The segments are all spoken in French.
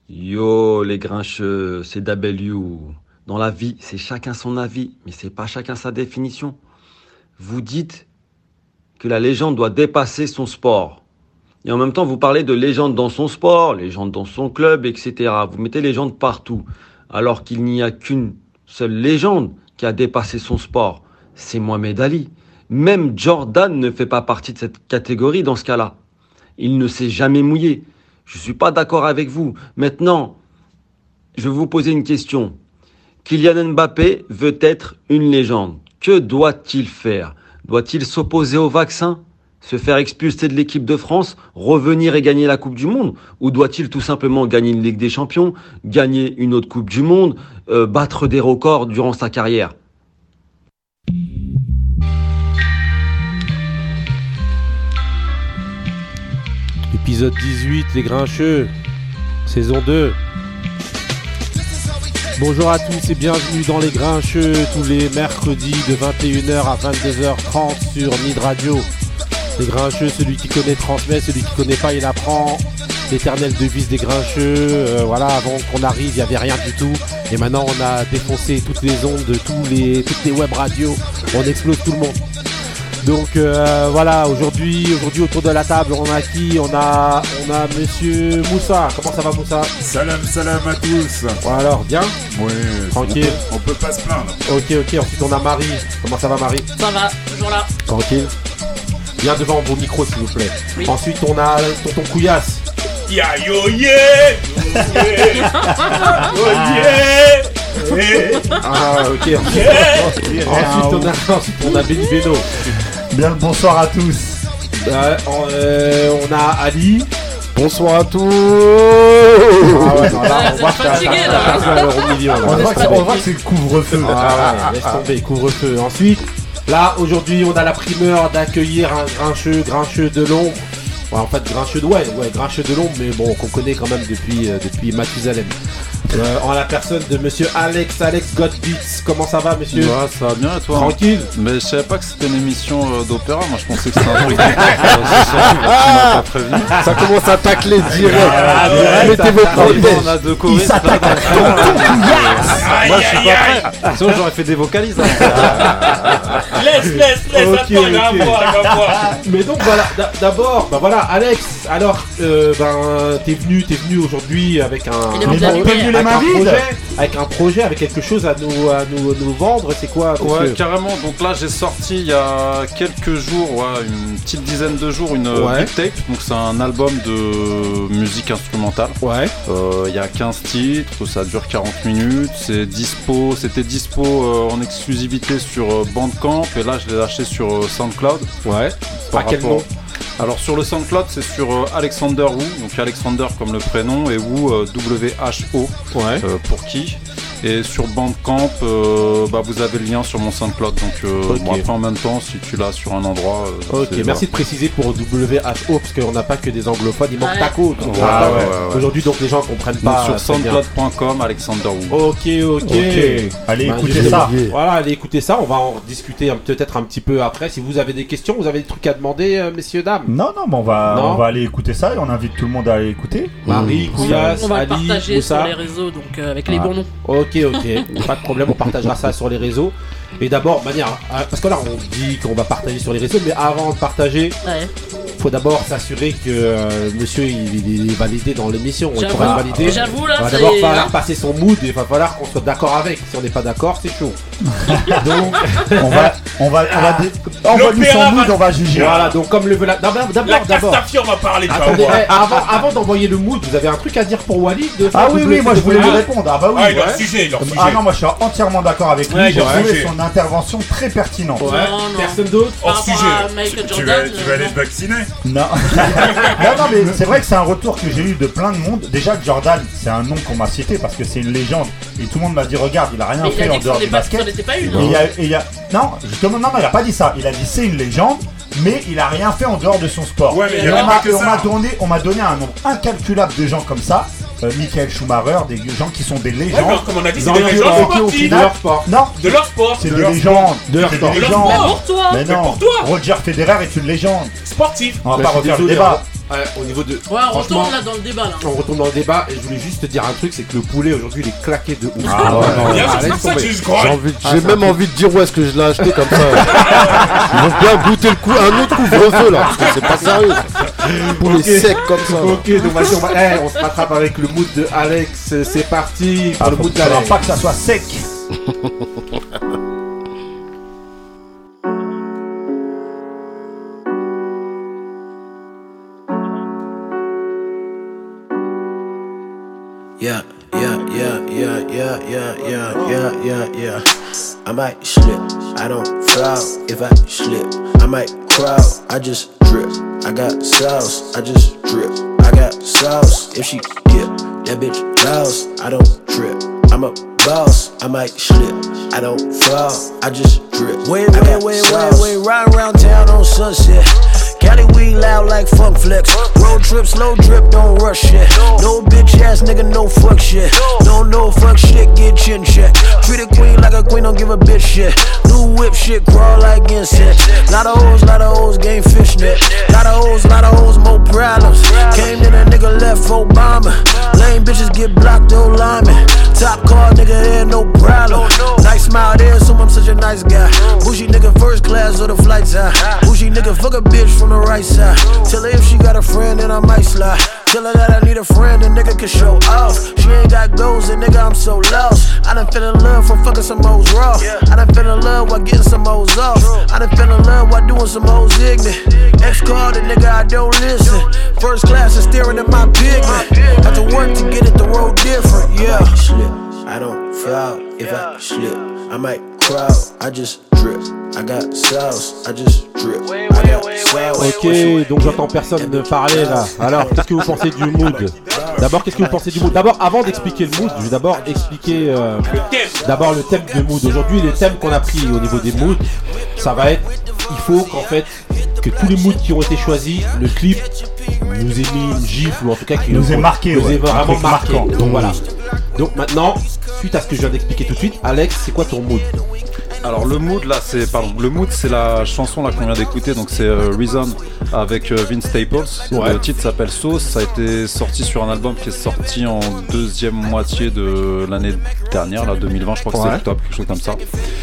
Yo, les grincheux, c'est W. Dans la vie, c'est chacun son avis, mais c'est pas chacun sa définition. Vous dites que la légende doit dépasser son sport. Et en même temps, vous parlez de légende dans son sport, légende dans son club, etc. Vous mettez légende partout, alors qu'il n'y a qu'une seule légende qui a dépassé son sport. C'est Mohamed Ali. Même Jordan ne fait pas partie de cette catégorie dans ce cas-là. Il ne s'est jamais mouillé. Je ne suis pas d'accord avec vous. Maintenant, je vais vous poser une question. Kylian Mbappé veut être une légende. Que doit-il faire ? Doit-il s'opposer au vaccin ? Se faire expulser de l'équipe de France ? Revenir et gagner la Coupe du Monde ? Ou doit-il tout simplement gagner une Ligue des Champions ? Gagner une autre Coupe du Monde ? Battre des records durant sa carrière ? Épisode 18, les grincheux, saison 2. Bonjour à tous et bienvenue dans les grincheux, tous les mercredis de 21h à 22h30 sur Nid Radio. Les grincheux, celui qui connaît transmet, celui qui connaît pas il apprend. L'éternelle devise des grincheux, voilà, avant qu'on arrive il n'y avait rien du tout. Et maintenant on a défoncé toutes les ondes de toutes les web radios, on explose tout le monde. Donc voilà, aujourd'hui autour de la table, on a qui ? On a monsieur Moussa. Comment ça va Moussa ? Salam à tous. Bon, alors, bien ? Ouais, tranquille. On peut pas se plaindre. Ok, ensuite on a Marie. Comment ça va Marie ? Ça va, toujours là. Tranquille. Bien devant vos micros s'il vous plaît. Oui. Ensuite on a tonton Couillasse. Ya yo yeah. Ah ok. Ensuite on a Benny Beno. Bien le bonsoir à tous. On a Ali. Bonsoir à tous. Ah ouais, non, là, on voit que t'as perdu un euro million. On voit que c'est le couvre-feu. Ah ouais, laisse tomber, couvre-feu. Ensuite, là, aujourd'hui, on a la primeur d'accueillir un grincheux de l'ombre. Ouais, en fait, grincheux de l'ombre, mais bon, qu'on connaît quand même depuis Mathusalem. En la personne de monsieur Alex Godbeats. Comment ça va, monsieur ? Ouais, ça va bien et toi ? Tranquille. Mais je savais pas que c'était une émission d'opéra. Moi, je pensais que c'était un truc. Tu m'as pas prévenu. Ça commence à tacler direct. Mettez vos protèges. On a deux choristes. Il s'attaque à Moi, je suis pas prêt. Sinon, j'aurais fait des vocalises. Laisse, Ok. attends, va. Mais donc voilà, d'abord, bah voilà, Alex. Alors, t'es venu aujourd'hui avec Il est venu de la lumière. avec un projet, avec quelque chose à nous vendre. C'est quoi ? Ouais, carrément. Donc là, j'ai sorti il y a quelques jours, une petite dizaine de jours, une mixtape. Donc c'est un album de musique instrumentale. Ouais. Il y a 15 titres, ça dure 40 minutes. C'était dispo en exclusivité sur Bandcamp. Et là, je l'ai lâché sur SoundCloud. Ouais. À quel nom ? Alors sur le SoundCloud, c'est sur Alexander Wu, donc Alexander comme le prénom et Wu W-H-O pour qui. Et sur Bandcamp, vous avez le lien sur mon SoundCloud. Donc après en même temps, si tu l'as sur un endroit. Merci de préciser pour W-H-O parce qu'on n'a pas que des anglophones, il manque Taco. Aujourd'hui, donc les gens comprennent pas. Sur soundcloud.com, Alexander Wu. Ok. Allez écoutez ça. Voilà, allez écouter ça. On va en discuter peut-être un petit peu après. Si vous avez des questions, vous avez des trucs à demander, messieurs, dames. Non, mais on va aller écouter ça et on invite tout le monde à aller écouter. Marie, Couillasse, On va le Ali, partager Moussa. sur les réseaux, donc avec les bons noms. Ok, pas de problème, on partagera ça sur les réseaux. Et d'abord, parce que là on dit qu'on va partager sur les réseaux, mais avant de partager, Ouais. faut d'abord s'assurer que monsieur il est validé dans l'émission. Il J'avoue. pourra être validé. J'avoue, Il là, va c'est. d'abord falloir passer son mood et il va falloir qu'on soit d'accord avec. Si on n'est pas d'accord, c'est chaud. Donc, On va nous son mood, on va juger. voilà, donc comme le veut la. D'abord. Castafiore va parler de Attendez, avant d'envoyer le mood, vous avez un truc à dire pour Walid de Ah oui, moi je voulais lui Ah, répondre. Ah bah oui. leur sujet. Ah non, moi je suis entièrement d'accord avec lui. Ouais, J'ai leur trouvé sujet. son intervention très pertinente. Ouais, Non. personne d'autre. Par Hors rapport sujet. à Michael Tu Jordan. vas aller te vacciner. Non. non, mais c'est vrai que c'est un retour que j'ai eu de plein de monde. Déjà, Jordan, c'est un nom qu'on m'a cité parce que c'est une légende. Et tout le monde m'a dit, regarde, il a rien Mais il fait a en dit que dehors c'en du basket. n'était pas une. Non, justement, non, il a pas dit ça. Il a dit c'est une légende, mais il a rien fait en dehors de son sport. Ouais, mais il y Et a on pas que ça. on m'a donné un nombre incalculable de gens comme ça. Michael Schumacher, des gens qui sont des Ouais, légendes. mais comme on a dit, c'est Ils des ont légendes été au sportives. final. leur sport. Non, De leur sport. c'est De des leur légendes. De leur C'est sport. des De leur légendes. Mais pour toi. Mais non, pour toi. Roger Federer est une légende. Sportif. On va Bah, pas je suis refaire le désolé, débat. au niveau de. Ouais, on retourne là dans le débat là. On retourne dans le débat et je voulais juste te dire un truc, c'est que le poulet aujourd'hui il est claqué de ouf. Ah ouais, non, bien sûr, laisse c'est ça que tomber. je crois. J'ai même envie de dire où est-ce que je l'ai acheté comme ça. Ils vont bien goûter le coup, un autre couvre-feu là, parce que c'est pas sérieux. Poulet sec comme ça. Ok, donc vas-y, on se rattrape avec le mood de Alex. C'est parti pour le mood d'Alex. Pas que ça soit sec. Yeah. I might slip, I don't fall if I slip. I might crawl, I just drip. I got sauce, I just drip. I got sauce, if she dip, that bitch lost. I don't trip, I'm a boss. I might slip, I don't fall, I just drip. Wait, ride around town on Sunset. Cali weed loud like Funk Flex. Road trip, slow drip, don't rush shit. No bitch ass nigga, no fuck shit. No fuck shit, get chin check. Treat a queen like a queen, don't give a bitch shit. New whip shit, crawl like insects. Lot of hoes, game fishnet. Lot of hoes, more problems. Came in a nigga left Obama. Lame bitches get blocked, old lineman. Top car nigga, there no problem. Nice smile there, so I'm such a nice guy. Bougie nigga first class or the flights high. Bougie nigga fuck a bitch from the right side. Tell her if she got a friend, then I might slide. Tell her that I need a friend, a nigga can show off. She ain't got goals, and nigga, I'm so lost. I done fell in love from fucking some hoes raw. I done fell in love while getting some hoes off. I done fell in love while doing some hoes ignorant. Ex-called a nigga, I don't listen. First class is staring at my pigment. Have to work to get it, the road different, yeah. I don't fall if I slip. I might crawl, I just drip. I got sauce, I just drip. I got sauce. Ok, donc j'entends personne ne parler là. Alors, qu'est-ce que vous pensez du mood? D'abord, qu'est-ce que vous pensez du mood? D'abord, avant d'expliquer le mood, je vais d'abord expliquer d'abord le thème de mood. Aujourd'hui, les thèmes qu'on a pris au niveau des moods, ça va être, il faut qu'en fait, que tous les moods qui ont été choisis, le clip nous ait mis une gifle, ou en tout cas qui nous ait marqué, nous ait vraiment marqué. Donc voilà. Donc maintenant, suite à ce que je viens d'expliquer tout de suite, Alex, c'est quoi ton mood? Alors le mood c'est la chanson là qu'on vient d'écouter, donc c'est Reason avec Vince Staples. Ouais. Le titre s'appelle Sauce, ça a été sorti sur un album qui est sorti en deuxième moitié de l'année dernière, là 2020 je crois que c'est octobre, quelque chose comme ça.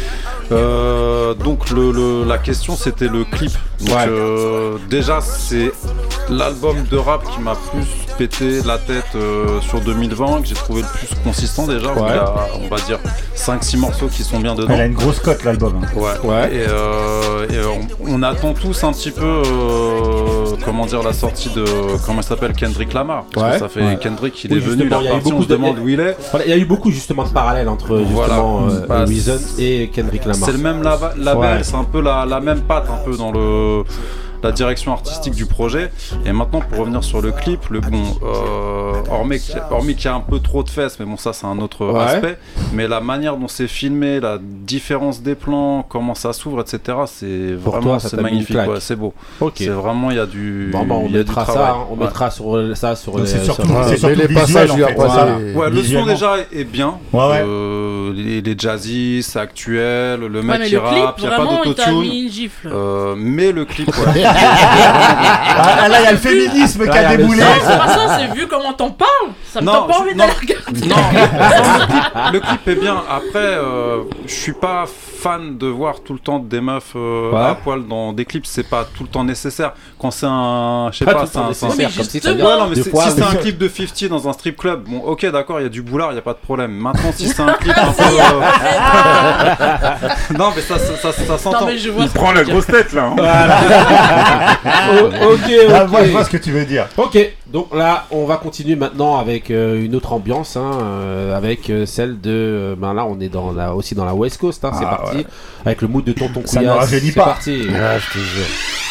Donc la question c'était le clip. Donc déjà c'est l'album de rap qui m'a plus pété la tête sur 2020, que j'ai trouvé le plus consistant déjà. Il y a, on va dire 5-6 morceaux qui sont bien dedans. Elle a une grosse cote l'album. Ouais. Et on attend tous un petit peu comment dire la sortie de comment il s'appelle Kendrick Lamar. Parce que ça fait Kendrick il est venu, il est reparti, on se demande où il est. Il y a eu beaucoup justement de parallèles entre justement Reason et Kendrick Lamar. C'est le même label, c'est un peu la même patte un peu dans la direction artistique du projet. Et maintenant pour revenir sur le clip, hormis qu'il y a un peu trop de fesses, mais bon ça c'est un autre aspect, mais la manière dont c'est filmé, la différence des plans, comment ça s'ouvre, etc., c'est vraiment c'est magnifique, c'est beau. C'est vraiment il y a du on mettra ça, on mettra sur les passages le son déjà est bien. Les jazzy, c'est actuel, le mec qui rappe, il n'y a pas d'autotune, mais le clip là il y a le féminisme qui a déboulé. C'est pas ça, c'est vu comment t'en parles. Ça me donne pas envie de la regarder. Non, le clip est bien. Après, je suis pas fan de voir tout le temps des meufs à poil dans des clips. C'est pas tout le temps nécessaire. Quand c'est un, je sais pas, c'est un. Si c'est un clip de 50 dans un strip club, bon, ok, d'accord, il y a du boulard, il y a pas de problème. Maintenant, si c'est un clip un peu, non, mais ça s'entend. Il prend la grosse tête là. Ok. Moi, je vois ce que tu veux dire. Ok, donc là, on va continuer maintenant avec une autre ambiance, avec celle de. Là, on est aussi dans la West Coast, c'est parti. Avec le mood de Tonton Couillasse. Ça ne rajeunit pas. C'est parti. Je te jure.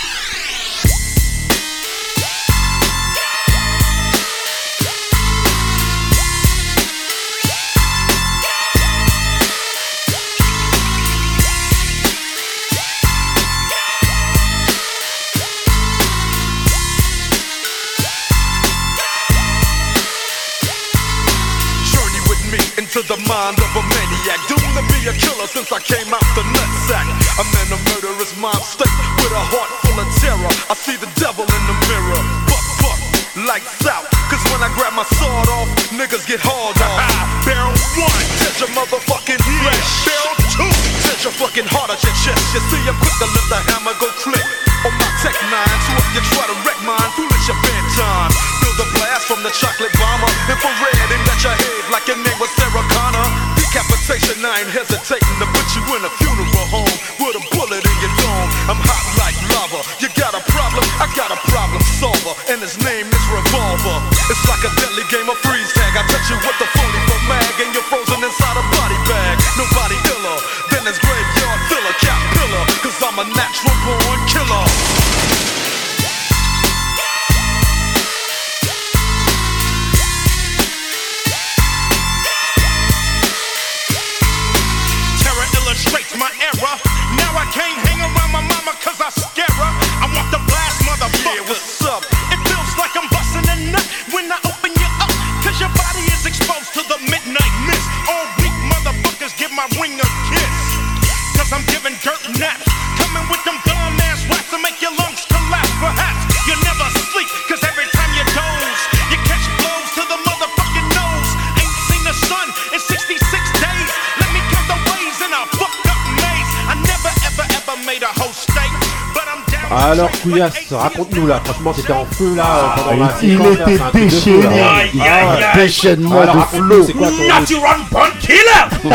To the mind of a maniac, doomed to be a killer since I came out the nutsack. I'm in a murderous mind state with a heart full of terror. I see the devil in the mirror. Buck lights out. Cause when I grab my sword off, niggas get hauled off. Barrel 1, set your motherfucking flesh. Barrel 2, set your fucking heart at your chest. You see, I'm quick to let the hammer go click. On my Tech 9, so if you try to wreck mine, foolish your bedtime. Feel the blast from the chocolate bomber. Infrared and got your head like your name was Sarah Connor. Decapitation, I ain't hesitating to put you in a funeral home with a bullet in your dome. I'm hot like lava. You got a problem? I got a problem solver, and his name is Revolver. It's like a deadly game of freeze tag. I touch you with the 44 mag, and you're frozen inside a body bag. Nobody iller than this graveyard filler, cat pillar. Cause I'm a natural born killer. Terror illustrates my era. Now I can't hang around my mama cause I scare her. I want the blast, motherfucker. Yeah, what's up? It feels like I'm busting a nut when I open you up. Cause your body is exposed to the midnight mist. All weak motherfuckers give my ring a kiss. Cause I'm giving dirt naps. Coming with them dumb ass raps to make your lungs collapse. Perhaps you never sleep, cause every time you doze, you catch blows to the motherfucking nose. Ain't seen the sun in 66 days. Let me count the ways in a fucked up maze. I never ever made a whole steak. But I'm down. Alors Couillasse, raconte-nous là, franchement t'étais en feu là pendant la Il séquence, était là, c'est un truc de feu, déchaîné. là. Aïe, aïe, aïe. Déchaînement Alors de raconte-nous, flow. c'est quoi ton Natural Born Killer.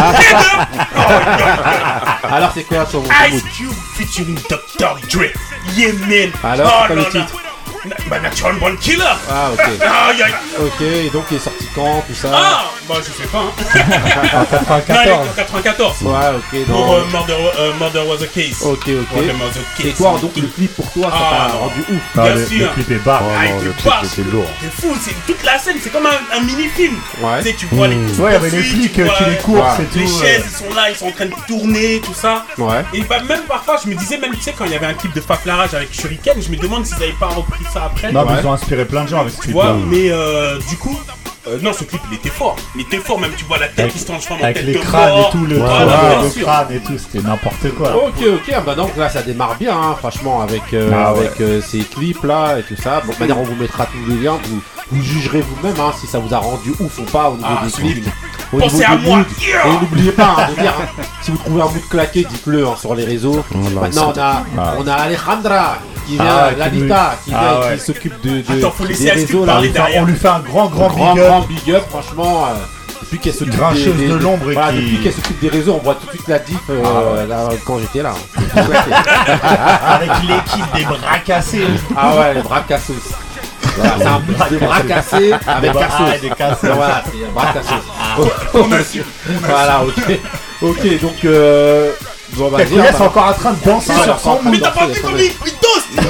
Alors c'est quoi ton Ice mood? Cube featuring Dr. Dre. Yeah, man. Alors, c'est quoi le titre? Bah, Natural Born Killer. Ah ok. Aïe, aïe. Ok, et donc il est sorti quand, tout ça? Ah, bah, je sais pas. Hein. En 94. En 94. Ouais, ok, Pour donc... Murder Was a Case. Ok, Murder ok. Was a Et Case. toi, donc le clip pour toi, ça Ah, t'a non. rendu ouf. Ah, Bien le sûr. clip est barre. Ah, il le te clip passe. était lourd. C'est fou, c'est toute la scène, c'est comme un mini-film. Ouais. Tu sais, tu vois les Ouais, il y avait les flics qui les courent, c'est tout. Les chaises, ils sont là, ils sont en train de tourner, tout ça. Ouais. Et bah, même parfois, je me disais, même tu sais, quand il y avait un clip de Faflarage avec Shuriken, je me demande s'ils avaient pas repris ça après. Non, mais Ouais. ils ont inspiré plein de gens avec ce Tu clip. vois, mais du coup, non, ce clip il était fort. Il était fort, même tu vois la tête Avec- qui se transforme en Avec tête les de crânes mort. et tout, le Voilà, crâne, bien le sûr. crâne et tout, c'était n'importe quoi. Ok, ok, bah donc là ça démarre bien, hein, franchement, avec, Ah ouais. ces clips là et tout ça. Bon, manière, on vous mettra tous les liens, vous jugerez vous-même hein, si ça vous a rendu ouf ou pas au niveau Ah, des c'est clips. cool. Au Pensez niveau à du moi. mood. Yeah. Et n'oubliez pas hein, de dire, hein, si vous trouvez un mood claqué, dites-le hein, sur les réseaux. Maintenant on a Alejandra qui vient, Ah, qui Lalita qui vient Ah et ouais. qui s'occupe de Attends, faut laisser des Ice Cube réseaux là. parler derrière. On lui fait un grand Grand big up. big up, franchement. Depuis qu'elle s'occupe Grincheuse de l'ombre et voilà, qui- depuis qu'elle s'occupe des réseaux, on voit tout de suite la diff là, quand j'étais là. Avec l'équipe des bras cassés. Ah ouais, les bras cassos. Voilà, c'est un mix de bras cassés avec Ah, cassos. des cassos. Voilà, c'est bras cassos. Voilà, ok. Ok, donc bon, Et vas-y, Couillasse est on va- encore en train de danser Ah, sur son d'accord. Mais mood. t'as pas vu comme il toast.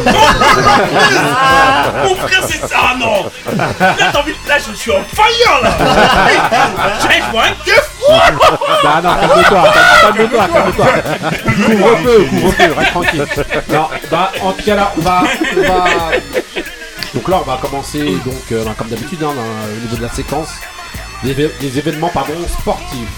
Mon frère, c'est ça, ah non. Là, t'as envie de... Là, je suis en fire, là. Je vois un keuf. Non, calme-toi, calme-toi. Couvre-feu, reste tranquille. Non, bah, en tout cas, là, on va... Donc là, on va commencer, donc, comme d'habitude, hein, au niveau de la séquence, des événements, sportifs.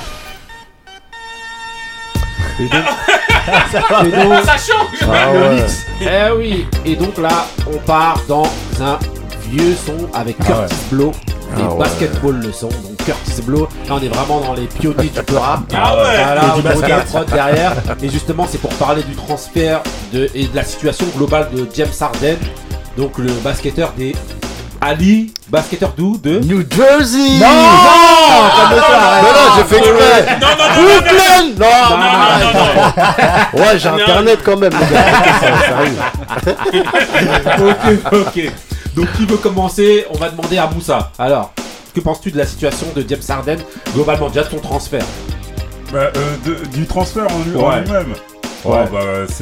Et donc, Ça change. Ah le ouais. mix. Eh oui. Et donc là, on part dans un vieux son avec Curtis Blow et Ah ouais. Basketball le son. Donc Curtis Blow, là on est vraiment dans les pionniers du rap. Ah ouais. Voilà, Et au du niveau de la basket. prod derrière. Et justement, c'est pour parler du transfert et de la situation globale de James Harden. Donc le basketteur des Ali, basketteur d'où de New Jersey. Non, Non, j'ai fait exprès. Non, Brooklyn. non. Ouais, j'ai internet quand même, les gars. Ça arrive. Ok. Donc qui veut commencer? On va demander à Moussa. Alors, que penses-tu de la situation de James Harden, globalement déjà de son transfert? Bah, du transfert en Ouais. lui-même. Ouais. Oh, bah,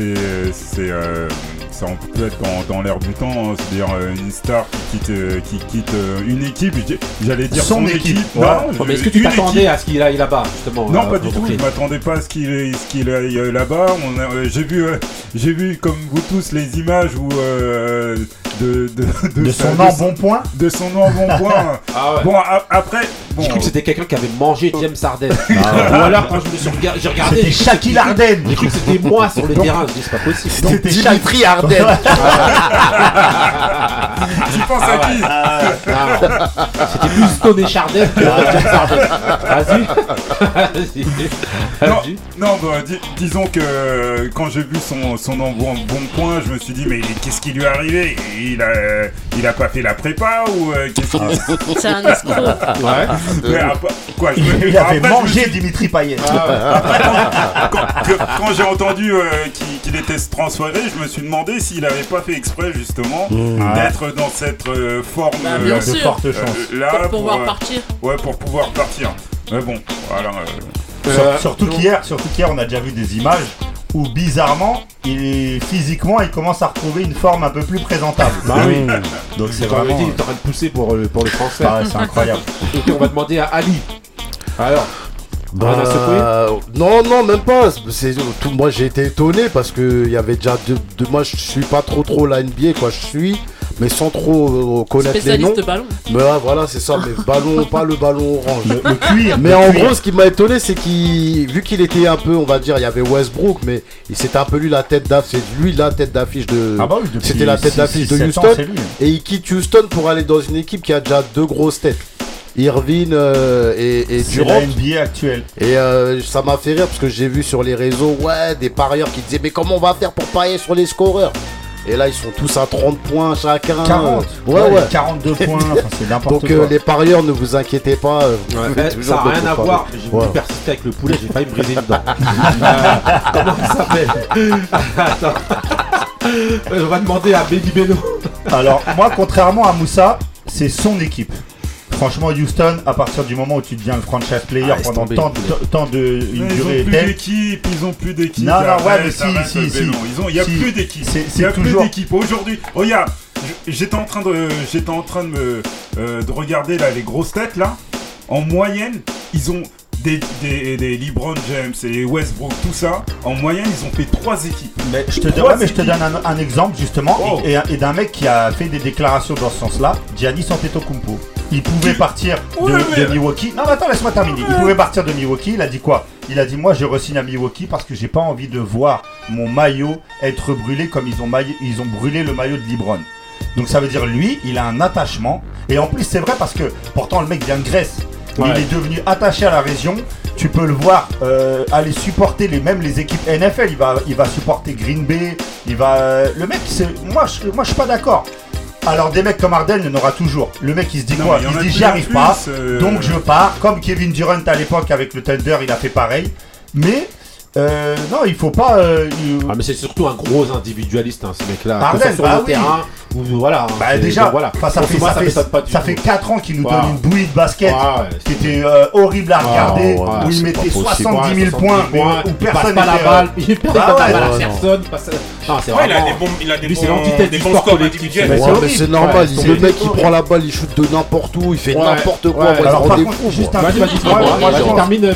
ça en peut être dans l'air du temps, hein, c'est-à-dire une star qui quitte une équipe, j'allais dire Son son équipe. équipe. Ouais. Non, Mais est-ce que tu une t'attendais équipe. à ce qu'il aille là-bas, justement? Non, pas du tout. Brooklyn. Je m'attendais pas à ce qu'il aille là-bas. J'ai vu comme vous tous les images où De son embonpoint. De son embonpoint. Ah ouais. Bon, après... Bon, J'ai cru que c'était quelqu'un qui avait mangé James Harden. Ou alors quand j'ai regardé... C'était Shaquille Harden. J'ai cru que c'était moi sur le terrain, je dis c'est pas possible. C'était Dimitri Harden. tu penses à qui? C'était plus Tony Chardin que James Harden. Vas-y. Non, bah, disons que quand j'ai vu son embonpoint, je me suis dit mais qu'est-ce qui lui est arrivé? Il a pas fait la prépa ou qu'est-ce qu'il... C'est un escroc. Ouais. Mais quoi, il avait mangé Dimitri Payet. Quand j'ai entendu qu'il était transféré, je me suis demandé s'il avait pas fait exprès justement d'être dans cette forme bien de sûr. forte chance. Là Pour pouvoir partir. Ouais, pour pouvoir partir. Mais bon, voilà. Surtout qu'hier, on a déjà vu des images où bizarrement, physiquement, il commence à retrouver une forme un peu plus présentable. Bah oui. Donc c'est Quand vraiment... il est en train de pousser pour le transfert. Ah ouais, c'est incroyable. Ok, on va demander à Ali. Alors, rien à secouer? Non, même pas. Moi j'ai été étonné parce que il y avait déjà moi je suis pas trop la NBA quoi, je suis mais sans trop connaître les noms. Spécialiste ballon. Mais voilà, c'est ça, mais ballon, pas le ballon orange. Le cuir. Mais en gros, ce qui m'a étonné, c'est vu qu'il était un peu, on va dire, il y avait Westbrook, mais il s'était un peu lui la tête d'affiche. C'est lui la tête d'affiche de. Ah bah oui, c'était la tête d'affiche de Houston. Et il quitte Houston pour aller dans une équipe qui a déjà deux grosses têtes. Irving et Durant. C'est la NBA actuelle. Et ça m'a fait rire parce que j'ai vu sur les réseaux, des parieurs qui disaient mais comment on va faire pour parier sur les scoreurs? Et là ils sont tous à 30 points chacun. 40. Ouais. 42 points, c'est n'importe quoi. Donc les parieurs, ne vous inquiétez pas. Ça n'a rien à voir. J'ai voulu persister avec le poulet, j'ai failli me briser une dent. Comment ça s'appelle? Attends. On va demander à Baby Beno. Alors moi, contrairement à Moussa, c'est son équipe. Franchement, Houston, à partir du moment où tu deviens le franchise player pendant tant de une durée éternelle. Ils ont plus d'équipe. Non, ouais, mais si. Il y a plus d'équipe. Il y a plus d'équipe. Aujourd'hui, regarde, j'étais en train de regarder là les grosses têtes là. En moyenne, ils ont des LeBron James et Westbrook, tout ça. En moyenne, ils ont fait 3 équipes. Mais je te donne un exemple justement et d'un mec qui a fait des déclarations dans ce sens-là, Giannis Antetokounmpo. Il pouvait partir de Milwaukee. Non, mais attends, laisse-moi terminer. Il pouvait partir de Milwaukee. Il a dit quoi? Il a dit moi, je re-signe à Milwaukee parce que j'ai pas envie de voir mon maillot être brûlé comme ils ont brûlé le maillot de LeBron. Donc ça veut dire lui, il a un attachement. Et en plus, c'est vrai parce que pourtant le mec vient de Grèce. Ouais. Il est devenu attaché à la région. Tu peux le voir aller supporter les équipes NFL. Il va supporter Green Bay. Le mec, moi, je suis pas d'accord. Alors des mecs comme Harden, il y en aura toujours. Le mec il se dit quoi? Il se dit j'y arrive pas, donc je pars. Comme Kevin Durant à l'époque avec le Thunder, il a fait pareil. Mais non, il faut pas. Ah mais c'est surtout un gros individualiste, ce mec-là. Harden, sur le terrain. Voilà. Déjà, voilà. Ça fait 4 ans qu'il nous donne une bouillie de basket qui était horrible à regarder, où il mettait 70 000 points, où personne n'était la balle, il passe pas la balle à personne. Non, c'est vraiment. Il a des bons scores collectifs. Mais c'est normal. Le mec il prend la balle, il shoot de n'importe où, il fait n'importe quoi. Alors par contre, juste un truc. Moi je termine.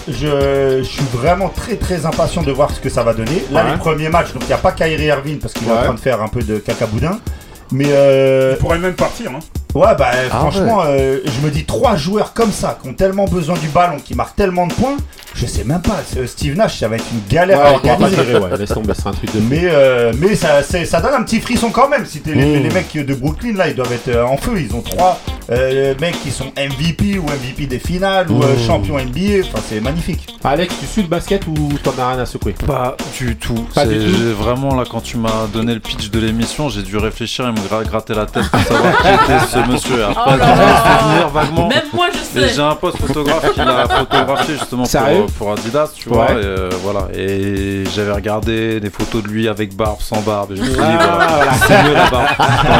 Je suis vraiment très impatient de voir ce que ça va donner. Là, les premiers matchs, donc il n'y a pas Kyrie Irving parce qu'il est en train de faire un peu de cacaboudin. Mais il pourrait même partir. Ouais, franchement, je me dis 3 joueurs comme ça qui ont tellement besoin du ballon, qui marquent tellement de points, je sais même pas. Steve Nash, ça va être une galère à organiser. Laisse tomber, c'est un truc de. Mais ça donne un petit frisson quand même. Si les mecs de Brooklyn là, ils doivent être en feu. Ils ont 3 mecs qui sont MVP ou MVP des finales ou champions NBA. Enfin, c'est magnifique. Alex, tu suis le basket ou t'en as rien à secouer? Pas du tout. Vraiment là, quand tu m'as donné le pitch de l'émission, j'ai dû réfléchir et me gratter la tête pour savoir qui était ce monsieur. Après, souvenir vaguement. Même moi, je sais. J'ai un pote photographe qui l'a photographié justement pour Adidas, tu vois. Et, voilà. Et j'avais regardé des photos de lui avec barbe, sans barbe. Et je me suis dit, c'est mieux la barbe.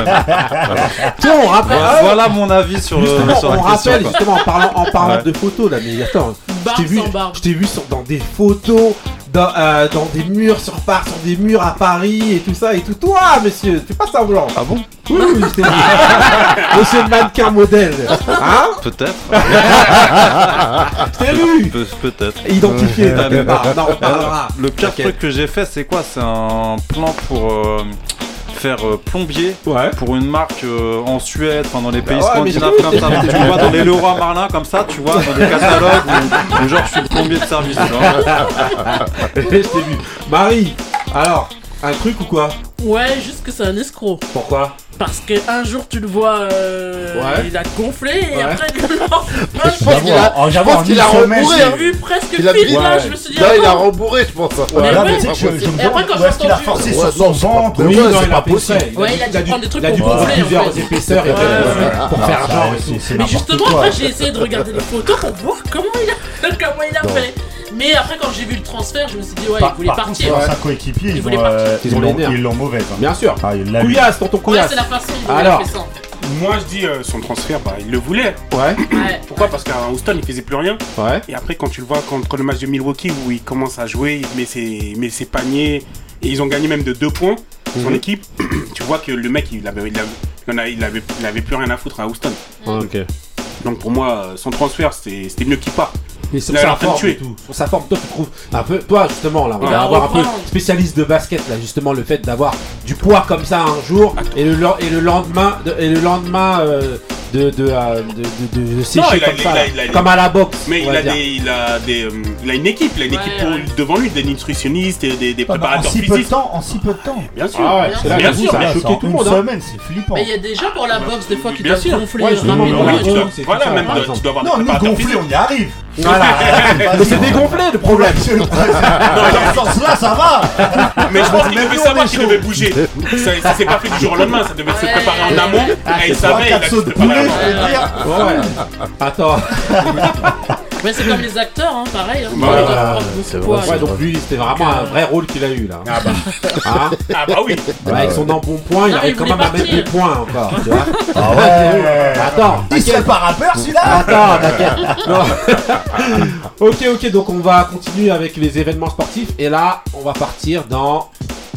Tiens, on rappelle. Voilà mon avis sur la question. On rappelle justement en parlant de photos là, mais attends. Je t'ai vu dans des photos. Dans des murs sur des murs à Paris et tout ça et tout. Toi, monsieur, fais pas semblant. Ah bon? Oui, je t'ai vu. Monsieur le mannequin modèle. Hein? Peut-être. Je t'ai vu. Peut-être. Identifié. Non, on parlera. Le pire truc que j'ai fait, c'est quoi? C'est un plan pour faire plombier Ouais. pour une marque en Suède, enfin dans les pays ouais, scandinaves mais comme ça. Tu vois dans les Leroy Merlin comme ça, tu vois, dans les catalogues où genre je suis le plombier de service. Tu vois. Je t'ai vu. Marie, alors, un truc ou quoi? Ouais, juste que c'est un escroc. Pourquoi? Parce que un jour tu le vois, il a gonflé et Ouais. après le lendemain, Je pense qu'il a rembourré. j'ai vu presque Il a vite mis- là, Ouais. je me suis dit Là, il a attends. rembourré, je pense. Mais Là, ouais, mais tu sais que je me et après, demande quand où est-ce qu'il a j'ai forcé entendu- sur son ventre. Mais Oui, ouais, non, c'est il pas a pris possible. frais. Ouais, il a dû prendre des trucs Il a dû pour prendre gonfler, plusieurs en fait. épaisseurs et Ouais, pour faire ça, genre. c'est Mais n'importe justement, quoi. après j'ai essayé de regarder les photos pour voir comment il a fait. Mais après quand j'ai vu le transfert, je me suis dit ouais, il voulait Par contre, partir. sa coéquipier, Il voulait partir. Ils ont les nerfs. ils l'ont mauvaise. hein. Bien sûr. Ah, il l'a eu. Couillasse, tonton Ouais, Couillasse. c'est la façon dont Alors. il a fait ça en fait. Moi je dis son transfert, bah il le voulait. Ouais, Ouais. Pourquoi? Parce qu'à Houston il faisait plus rien. ouais. Et après quand tu le vois contre le match de Milwaukee où il commence à jouer, il met ses paniers et ils ont gagné même de 2 points son équipe. Tu vois que le mec il avait plus rien à foutre à Houston. Ok. Donc pour moi son transfert c'était mieux qu'il parte. Et sur Il a sa l'air de forme tuer. et tout. Sur sa forme, toi tu trouves un peu. Toi justement là, on Ouais. va avoir un peu Reprendre. spécialiste de basket là, justement le fait d'avoir du poids comme ça un jour et le lendemain de sécher Non, il a- comme ça, il a- là. il a- comme à la boxe. Mais on va dire. il a une équipe, devant lui, des nutritionnistes, des En préparateurs si peu de physiques. temps, en si peu de temps. Bien sûr. Ah ouais, c'est là Bien que sûr, ça a bien choqué En tout le une monde. hein. semaine, c'est flippant. Mais il y a des gens pour la boxe des fois qui Bien doivent sûr. gonfler Ouais, justement, rapidement pour la et tout. boxe et tout Voilà, ça, même par exemple. tu dois avoir Non, des nous préparateurs gonfler, physiques. on y arrive. Voilà. Mais c'est dégonflé le problème. Monsieur le Président. Dans ce sens-là, ça va. Mais je pense qu'il Même devait nous, savoir on est qu'il chaud. devait bouger. Ça s'est pas fait du jour au lendemain, ça devait se préparer en amont. Et il savait, il a 3-4 dû sauts se de préparer poulet, avant. je veux dire. Ouais. Attends. Mais c'est comme les acteurs, hein, pareil. Hein. Bah, Ils doivent ouais, prendre c'est beaucoup vrai, de poids. Ouais, donc lui, c'était vraiment un vrai rôle qu'il a eu là. Ah bah, Hein ah bah oui. Ouais, avec son embonpoint, il Non, arrive il quand voulait même à mettre partir. des points encore. Tu vois. Ah ouais. Attends. Il serait pas rappeur celui-là. Attends, t'inquiète. Non. Ok, donc on va continuer avec les événements sportifs. Et là, on va partir dans.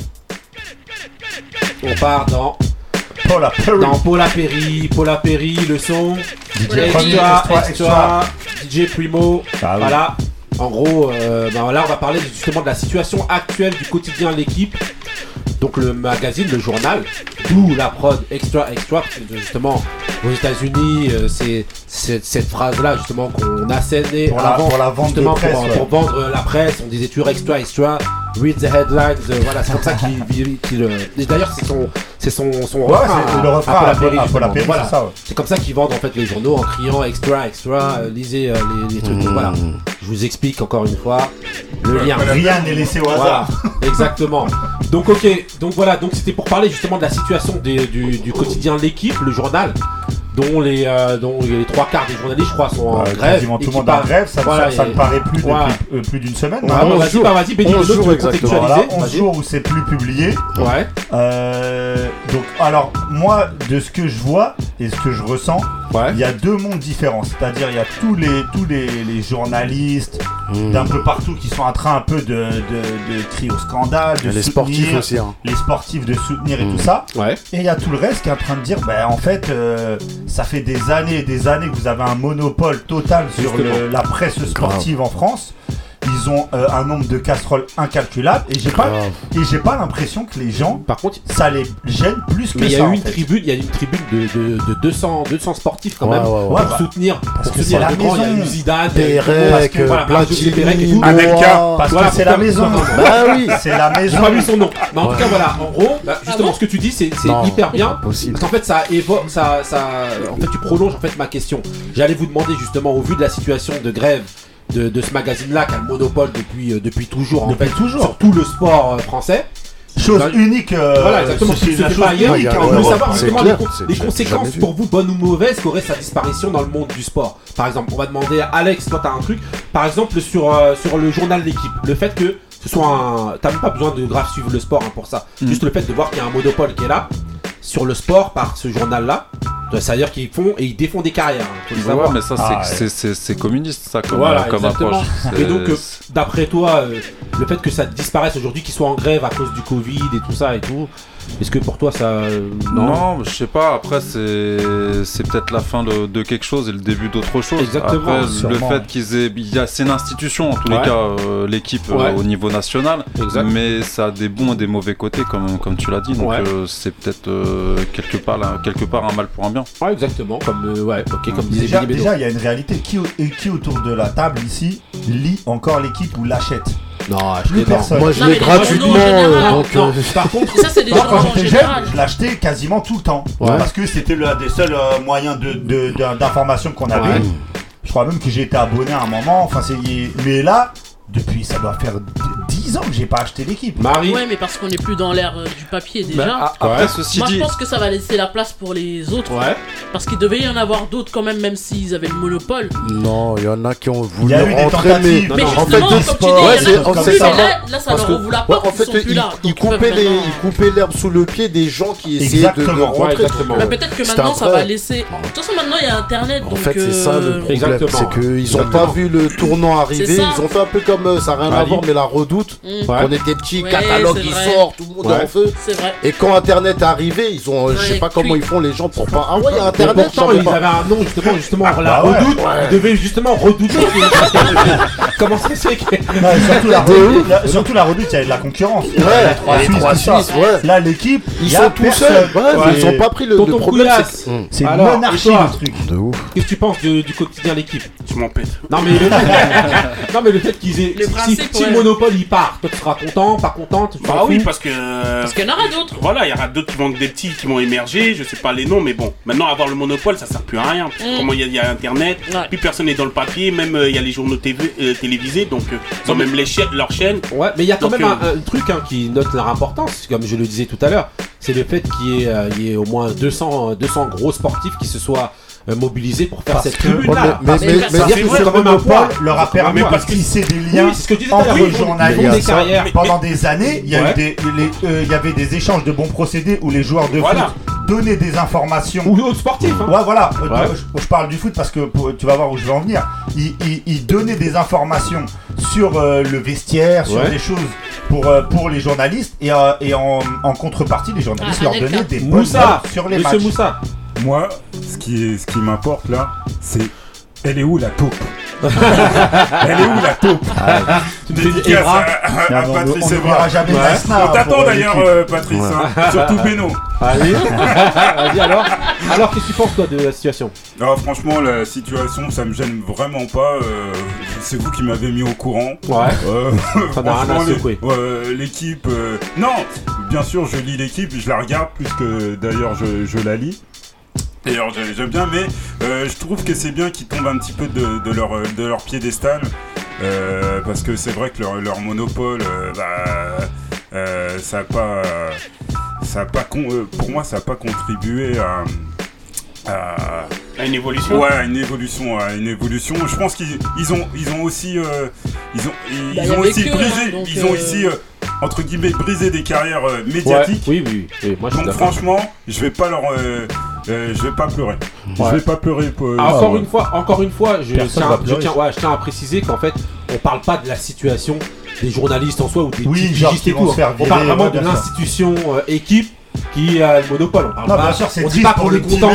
On part dans Paula Perry. Paula Perry, le son. DJ Extra, DJ Primo. Ah oui. Voilà. En gros, là, on va parler justement de la situation actuelle du quotidien L'équipe. Donc le magazine, le journal, d'où la prod Extra, parce que justement aux États-Unis, c'est cette phrase-là justement qu'on assénait Pour en la- avant, pour la vente justement de presse, pour, ouais. pour vendre la presse. On disait toujours extra, read the headlines. Voilà, c'est comme ça qu'il et d'ailleurs c'est son Ouais, refrain. c'est le refrain Paula à Perry, Paula justement. Perry, Voilà. c'est ça, ouais. C'est comme ça qu'ils vendent en fait les journaux en criant extra, lisez les trucs. Voilà. Je vous explique encore une fois le lien. Rien n'est laissé au Voilà, hasard. exactement. Donc voilà, donc c'était pour parler justement de la situation du quotidien L'équipe, le journal, dont les 3/4 des journalistes, je crois, sont en grève. Quasiment tout et le qui monde en parlent- grève, ça voilà, ne paraît plus ouais. depuis plus d'une semaine. Ouais, maintenant. vas-y, Benny, 11 tu veux jours, exactement. contextualiser. Voilà, 11 Vas-y. jours où c'est plus publié. Ouais. Donc, alors, moi, de ce que je vois et ce que je ressens, Ouais. il y a deux mondes différents. C'est-à-dire, il y a tous les journalistes d'un peu partout qui sont en train un peu de crier au scandale, de Les soutenir, sportifs aussi. Hein. les sportifs de soutenir et tout ça. Ouais. Et il y a tout le reste qui est en train de dire, en fait, ça fait des années et des années que vous avez un monopole total sur Justement. la presse sportive en France. Ils ont un nombre de casseroles incalculable et j'ai pas l'impression que les gens, Par contre, ça les gêne plus que mais il y ça. a en une fait. tribune, de 200 sportifs quand même Ouais. Ouais, pour bah, soutenir. parce Pour que soutenir c'est la le grand, il y a maison. eu Zidane, il y a eu Pérec, voilà, Marc-José Pérec et tout. Platini, Anelka. Noah. Parce Voilà, que c'est la pourquoi- maison. non, non. Bah oui. C'est la J'ai maison. pas vu son nom. Mais en tout Ouais. cas, voilà, en gros, justement, bon ce que tu dis, c'est Non, hyper bien. Possible. Parce qu'en fait, ça évoque, en fait, tu prolonges en fait ma question. J'allais vous demander justement, au vu de la situation de grève de ce magazine-là, qui a le monopole depuis toujours, en Depuis fait, toujours. sur tout le sport français. Chose Bah, unique. Voilà, exactement. C'est Ce qui se la fait chose pas ailleurs. unique. Ouais, On en veut ouais, Europe. savoir c'est justement clair, les c'est jamais conséquences vu. pour vous, bonnes ou mauvaises, qu'aurait sa disparition dans le monde du sport. Par exemple, on va demander à Alex, toi t'as un truc. Par exemple, sur le journal L'équipe, le fait que ce soit un. T'as même pas besoin de grave suivre le sport pour ça. Juste le fait de voir qu'il y a un monopole qui est là sur le sport par ce journal-là. Ça veut dire qu'ils font et ils défont des carrières. Hein, faut le Ouais, savoir. mais ça, Ah, c'est communiste, ça, comme, Voilà, comme exactement. approche. Et donc, d'après toi, le fait que ça disparaisse aujourd'hui, qu'ils soient en grève à cause du Covid et tout ça et tout, Est-ce que pour toi ça... Non, je sais pas, après c'est peut-être la fin de quelque chose et le début d'autre chose. Exactement. Après, le fait c'est une institution en tous les cas, l'équipe au niveau national, mais ça a des bons et des mauvais côtés comme tu l'as dit, donc c'est peut-être quelque part un mal pour un bien. Ouais, exactement, comme disait Benny Beno. Déjà, il y a une réalité, qui autour de la table ici lit encore l'équipe ou l'achète? Non, plus personne. Moi je l'ai gratuitement. Par contre, ça c'est des gens quand en j'étais général. jeune, je l'achetais quasiment tout le temps. Parce que c'était l'un des seuls moyens d'information qu'on avait. Je crois même que j'ai été abonné à un moment. Mais là, depuis, ça doit faire 10 ans que j'ai pas acheté l'équipe. Marie. Ouais, mais parce qu'on n'est plus dans l'ère du papier déjà. Après, ceci Moi, dit, je pense que ça va laisser la place pour les autres. Ouais. Parce qu'il devait y en avoir d'autres quand même s'ils avaient le monopole. Non, il y en a qui ont voulu Il y a eu des rentrer, tentatives. Mais en justement, fait, comme tu dis, il y en a comme qui ça. là, ça leur ouvre la porte, en fait, ils sont plus là. ils Donc, ils peuvent coupaient l'herbe sous le pied des gens qui essayaient de rentrer. Mais peut-être que maintenant ça va laisser. De toute façon, maintenant il y a internet. En fait, c'est ça le problème. Exactement. C'est qu'ils ont pas vu le tournant arriver. Ils ont fait un peu comme ça n'a rien à voir, mais la Redoute. On était petits, catalogue qui sort, tout le monde est en feu. C'est vrai. Et quand Internet est arrivé, ils ont, je sais pas comment ils font les gens pour pas. Ah ouais, il y a Internet. Pourtant, ils avaient un nom justement, la Redoute. Ils devaient justement redouter. Comment ça se fait que... Surtout la Redoute, il y avait de la concurrence. Les trois Suisses, Là, l'équipe, ils sont tout seuls. Ils ont pas pris le problème. C'est une monarchie le truc. De ouf. Qu'est-ce que tu penses du quotidien l'équipe? Je m'en pète. Non mais le fait qu'ils aient... Si le monopole il part, toi tu seras content, pas content? Bah oui, parce que... Parce qu'il y en aura d'autres. Voilà, il y aura d'autres qui vont des petits qui vont émerger, je sais pas les noms, mais bon, maintenant avoir le monopole ça sert plus à rien. Comment il y a internet, plus personne n'est dans le papier, même il y a les journaux télévisés, donc ils ont même leur chaîne. Ouais, mais il y a quand même un truc qui note leur importance, comme je le disais tout à l'heure, c'est le fait qu'il y ait au moins 200 gros sportifs qui se soient mobilisés pour faire cette tribune-là. Mais c'est quand même un poids leur a permis de tisser des liens entre les journalistes. Pendant des années, il y avait des échanges de bons procédés où les joueurs de foot donnaient des informations. Ou d'autres sportifs. Ouais, voilà. Je parle du foot parce que tu vas voir où je vais en venir. Ils donnaient des informations sur le vestiaire, sur des choses pour les journalistes et en contrepartie, les journalistes leur donnaient des bonnes notes sur les matchs. Moussa. Moi, ce qui m'importe là, c'est elle est où la taupe? Elle est où la taupe? Dédicace à Patrice Evra. On t'attend d'ailleurs, Patrice, surtout Beno. Allez, vas-y alors. Alors, qu'est-ce que tu penses toi de la situation? Non, franchement, la situation, ça me gêne vraiment pas. C'est vous qui m'avez mis au courant. Ça n'a rien à secouer. L'équipe, non, bien sûr, je lis l'équipe, je la regarde plus que d'ailleurs je la lis. D'ailleurs, j'aime bien, mais je trouve que c'est bien qu'ils tombent un petit peu de leur piédestal, parce que c'est vrai que leur monopole, ça a pas pour moi, ça n'a pas contribué à une évolution. Ouais, à une évolution. Je pense qu'ils ont aussi brisé, entre guillemets, brisé des carrières médiatiques. Oui, moi je suis donc franchement, je vais pas pleurer. Je vais pas pleurer pour... Encore une fois, je tiens à préciser qu'en fait, on parle pas de la situation des journalistes en soi ou des pigistes et tout. On parle vraiment de l'institution équipe qui a le monopole. On dit pas qu'on est content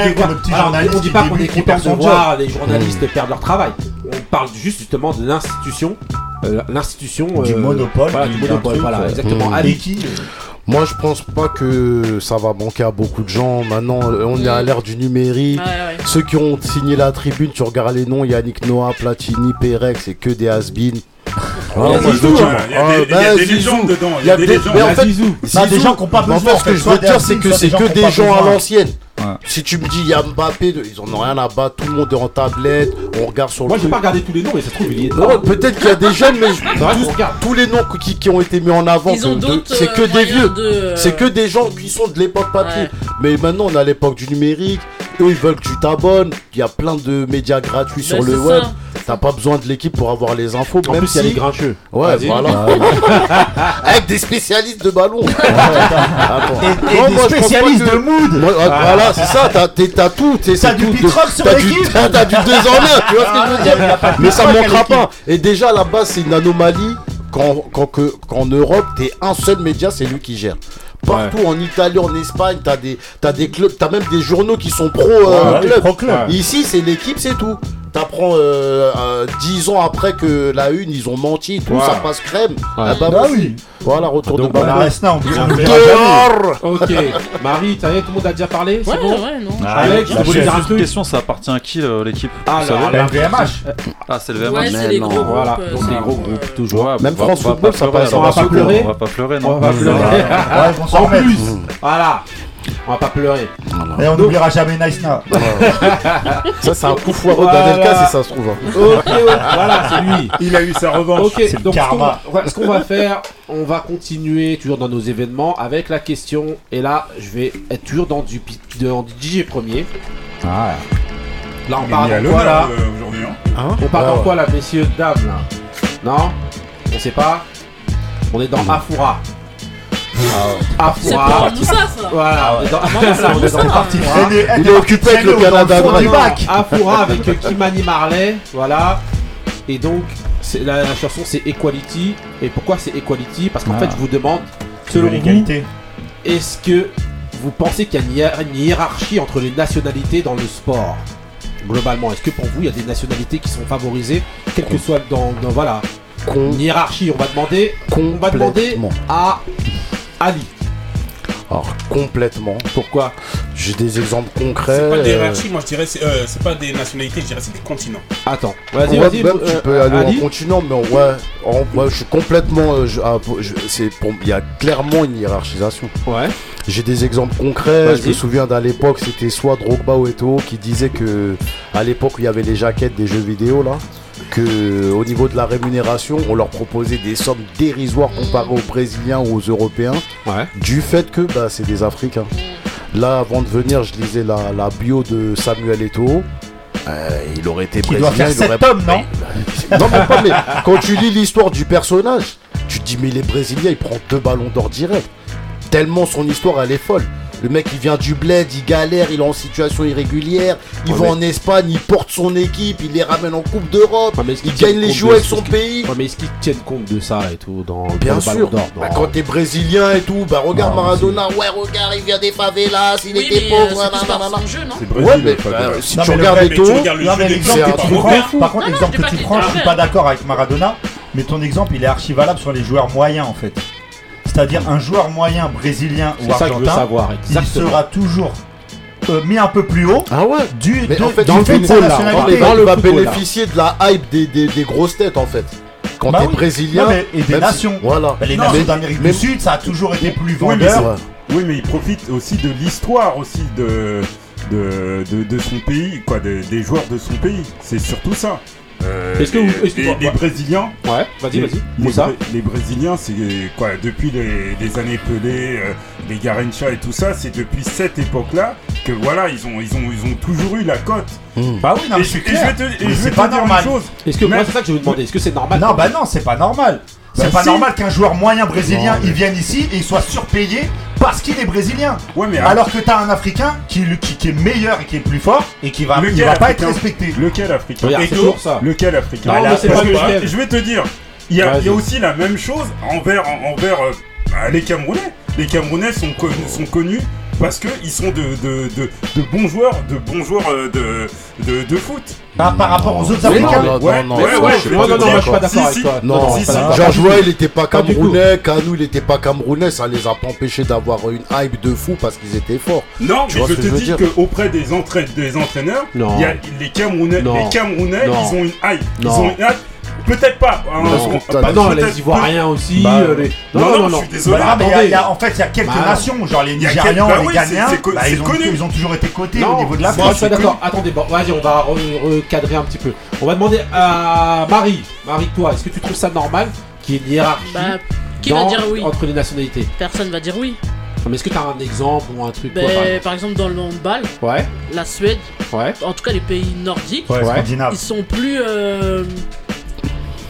de voir les journalistes perdre leur travail. On parle juste justement de l'institution du monopole. Voilà, exactement. Moi, je pense pas que ça va manquer à beaucoup de gens. Maintenant, on est à l'ère du numérique. Ceux qui ont signé la tribune, tu regardes les noms, Yannick Noah, Platini, Perec, c'est que des has-been. Il y a des légendes dedans. Il y a des gens qui n'ont pas besoin. En fait, ce que je veux dire, c'est que c'est que des gens à l'ancienne. Si tu me dis, il y a Mbappé, ils en ont rien à battre, tout le monde est en tablette, on regarde sur le. Moi, j'ai pas regardé tous les noms, mais ça se trouve, il y est. Non, peut-être qu'il y a des jeunes, mais tous les noms qui ont été mis en avant, c'est que des vieux. C'est que des gens qui sont de l'époque papier. Mais maintenant, on est à l'époque du numérique. Eux, ils veulent que tu t'abonnes. Il y a plein de médias gratuits sur le web. T'as pas besoin de l'équipe pour avoir les infos. En plus, il y a les grincheux. Ouais, voilà. Avec des spécialistes de ballon. Et des spécialistes de mood. Voilà, c'est ça. T'as tout. T'as du Pitrock sur l'équipe. T'as du 2 en 1. Tu vois ce que je veux dire? Mais ça manquera pas. Et déjà, là-bas, c'est une anomalie. Qu'en Europe, t'es un seul média, c'est lui qui gère. Partout en Italie, en Espagne, t'as des clubs, t'as même des journaux qui sont pro club. Ici, c'est l'équipe, c'est tout. T'apprends 10 ans après que la une, ils ont menti, tout ça passe crème. Ah bah oui. Voilà, retour de balle. Dehors. Ok. Marie, tout le monde a déjà parlé. C'est bon. Alex, je voulais dire une question, ça appartient à qui l'équipe? Ah, le VMH. Ah, c'est le VMH. Ouais, c'est les gros groupes. Voilà, donc des gros groupes toujours. Même France Football, ça passe. On va pas pleurer. On va pas pleurer, non. On va pleurer. En plus, voilà. On va pas pleurer. Et on n'oubliera jamais Naïsna. Ça, c'est un coup foireux d'Anelka si ça se trouve. Ok, voilà, c'est lui. Il a eu sa revanche. Ok, c'est donc karma. ce qu'on va faire, on va continuer toujours dans nos événements avec la question. Et là, je vais être toujours dans du DJ premier. Ah. Là, on parle de quoi là aujourd'hui, on parle dans quoi là, messieurs, dames là? Non? On sait pas? On est dans Afura. C'est pas tout ça. Voilà, il est occupé avec le Canada Drive. Afura avec Kimani Marley, voilà. Et donc la chanson c'est Equality. Et pourquoi c'est Equality? Parce qu'en fait je vous demande, selon vous, est-ce que vous pensez qu'il y a une hiérarchie entre les nationalités dans le sport? Globalement, est-ce que pour vous il y a des nationalités qui sont favorisées, quel que soit dans voilà, une hiérarchie? On va demander à Ali. Alors complètement. Pourquoi? J'ai des exemples concrets. C'est pas des hiérarchies, moi je dirais c'est pas des nationalités, je dirais c'est des continents. Attends, vas-y. Tu peux aller en continent, mais je suis complètement. Il y a clairement une hiérarchisation. Ouais. J'ai des exemples concrets. Je me souviens d'à l'époque, c'était soit Drogba ou Eto'o qui disait que à l'époque où il y avait les jaquettes des jeux vidéo là, que au niveau de la rémunération, on leur proposait des sommes dérisoires comparées aux Brésiliens ou aux Européens, du fait que c'est des Africains. Là, avant de venir, je lisais la bio de Samuel Eto'o. Il aurait été brésilien. Il doit faire 7 tomes, non? Non, même pas, mais quand tu lis l'histoire du personnage, tu te dis, mais les Brésiliens, il prend 2 ballons d'or direct. Tellement son histoire, elle est folle. Le mec, il vient du bled, il galère, il est en situation irrégulière, il va en Espagne, il porte son équipe, il les ramène en Coupe d'Europe, il gagne les jouets avec son pays. Mais est-ce qu'ils tiennent compte de ça et tout dans Bien le sûr. Ballon d'Or? Quand t'es brésilien et tout, regarde Maradona, regarde, il vient des favelas, il était pauvre, si tu regardes Eto'o, c'est un truc de fou. Par contre, l'exemple que tu prends, je suis pas d'accord avec Maradona, mais ton exemple, il est archi valable sur les joueurs moyens en fait. C'est-à-dire un joueur moyen brésilien ou argentin, il sera toujours mis un peu plus haut du fait de sa nationalité. Il va bénéficier de la hype des grosses têtes en fait. Quand t'es brésilien et des nations. Voilà. Les nations d'Amérique du Sud, ça a toujours été plus vendeur. Oui, mais il profite aussi de l'histoire aussi de son pays, quoi, des joueurs de son pays. C'est surtout ça. Les Brésiliens. Ouais, vas-y. Les Brésiliens, c'est quoi? Depuis les années Pelé, les Garrincha et tout ça, c'est depuis cette époque-là que voilà, ils ont toujours eu la cote. Bah oui, non, mais c'est clair. Je vais te dire une chose. Est-ce que moi, c'est ça que je vais vous demander? Est-ce que c'est normal? Non, non, c'est pas normal. C'est pas normal qu'un joueur moyen brésilien il vienne ici et il soit surpayé parce qu'il est brésilien. Ouais, mais alors que t'as un Africain qui est meilleur et qui est plus fort et qui va pas être respecté. Lequel Africain? C'est toujours ça. Lequel Africain? Je vais te dire, il y a aussi la même chose envers les Camerounais. Les Camerounais sont connus parce qu'ils sont de bons joueurs de foot. Par rapport aux autres Africains. Non, moi je suis pas d'accord avec toi. Non, Georges Weah il était pas camerounais, Kanou il était pas camerounais, ça les a pas empêchés d'avoir une hype de fou parce qu'ils étaient forts. Non, mais je te dis qu'auprès des entraîneurs, il y a les Camerounais, ils ont une hype. Ils ont une hype. Peut-être pas. Non, les Ivoiriens aussi. Non, je suis désolé. En fait, il y a quelques nations, genre les Nigérians, les Ghanéens, ils ont toujours été cotés au niveau de la France. Je suis d'accord. Attendez, vas-y, on va recadrer un petit peu. On va demander à Marie. Marie, toi, est-ce que tu trouves ça normal qu'il y ait une hiérarchie qui va dire oui entre les nationalités? Personne va dire oui. Mais est-ce que tu as un exemple ou un truc par exemple, dans le handball, la Suède, en tout cas les pays nordiques, ils sont plus.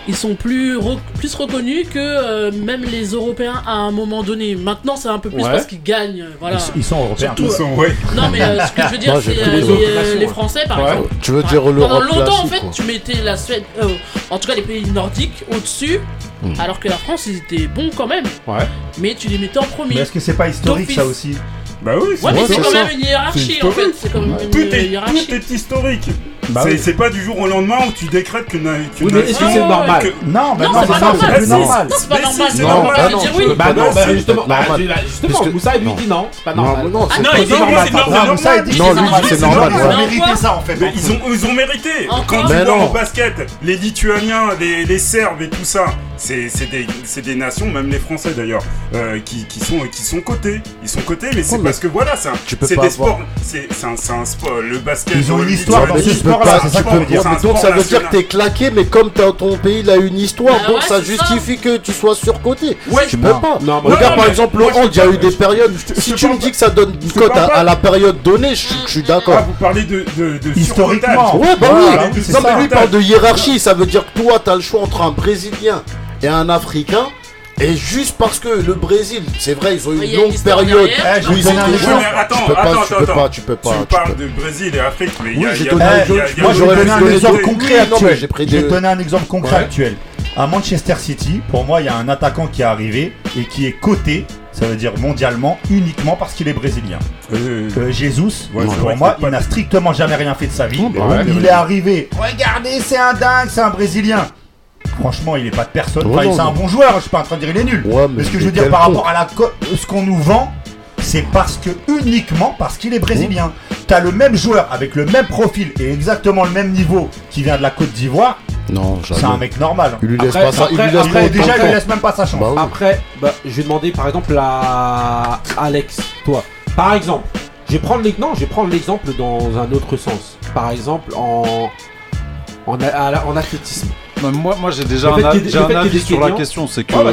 ils sont plus reconnus que même les Européens à un moment donné. Maintenant, c'est un peu plus parce qu'ils gagnent. Voilà. Ils sont européens. Surtout, non, mais ce que je veux dire, c'est les Français, par exemple. Tu veux dire l'Europe pendant longtemps, en fait, quoi. tu mettais la Suède, en tout cas les pays nordiques, au-dessus, alors que la France, ils étaient bons quand même. Ouais. Mais tu les mettais en premier. Mais est-ce que c'est pas historique, ça aussi? Bah oui, ouais, mais c'est quand même une hiérarchie en fait. C'est comme une hiérarchie. Tout est historique. Bah c'est pas du jour au lendemain où tu décrètes que. Oui, mais est-ce que c'est normal? Non, mais non, c'est plus normal. C'est pas normal. C'est normal. Bah non, justement, Moussa lui dit non, c'est pas normal. Non, il dit normal. Moussa il dit non, lui dit c'est normal. Ils ont mérité ça en fait. Ils ont mérité. Quand tu vois au basket, les Lituaniens, les Serbes et tout ça, c'est des nations, même les Français d'ailleurs, qui sont cotés. Ils sont cotés, mais c'est parce que voilà, c'est des sports. C'est un sport. Le basket. Ils ont une histoire dans ce sport-là, c'est ça que je veux dire. Donc ça veut dire que t'es claqué, mais comme ton pays il a une histoire, donc ça justifie que tu sois surcoté. Tu peux pas. Regarde par exemple le hand, il y a eu des périodes. Si tu me dis que ça donne une cote à la période donnée, je suis d'accord. Vous parlez de historiquement. Ouais, bah oui. Non mais lui parle de hiérarchie, ça veut dire que toi t'as le choix entre un Brésilien et un Africain. Et juste parce que le Brésil, c'est vrai, ils ont eu une longue période où ils ont tu peux pas. Tu parles de Brésil et Afrique, mais il y a moi j'aurais donné un exemple concret actuel. Je vais donner un exemple concret actuel. À Manchester City, pour moi, il y a un attaquant qui est arrivé et qui est coté, ça veut dire mondialement, uniquement parce qu'il est brésilien. Jesus, pour moi, il n'a strictement jamais rien fait de sa vie. Il est arrivé, regardez, c'est un dingue, c'est un Brésilien. Franchement, il est pas de personne. Enfin, c'est un bon joueur, je suis pas en train de dire il est nul. Mais ce que je veux dire par rapport à ce qu'on nous vend, c'est uniquement parce qu'il est brésilien. T'as le même joueur avec le même profil et exactement le même niveau qui vient de la Côte d'Ivoire. Non, c'est un mec normal. Il lui laisse pas ça. Il lui laisse même pas sa chance. Après, je vais demander par exemple à Alex, toi. Par exemple, je vais prendre l'exemple dans un autre sens. Par exemple, en athlétisme. Moi j'ai déjà un avis sur la question, c'est que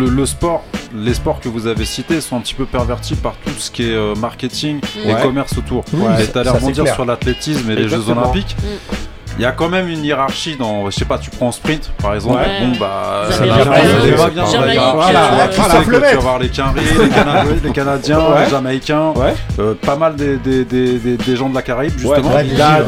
les sports que vous avez cités sont un petit peu pervertis par tout ce qui est marketing et commerce autour. Et t'as l'air de rebondir sur l'athlétisme et les Jeux Olympiques. Il y a quand même une hiérarchie dans, je sais pas, tu prends sprint par exemple, bon bah ça va bien, tu vas voir les Quinri, les Canadiens, les Jamaïcains, pas mal des gens de la Caraïbe justement. Là,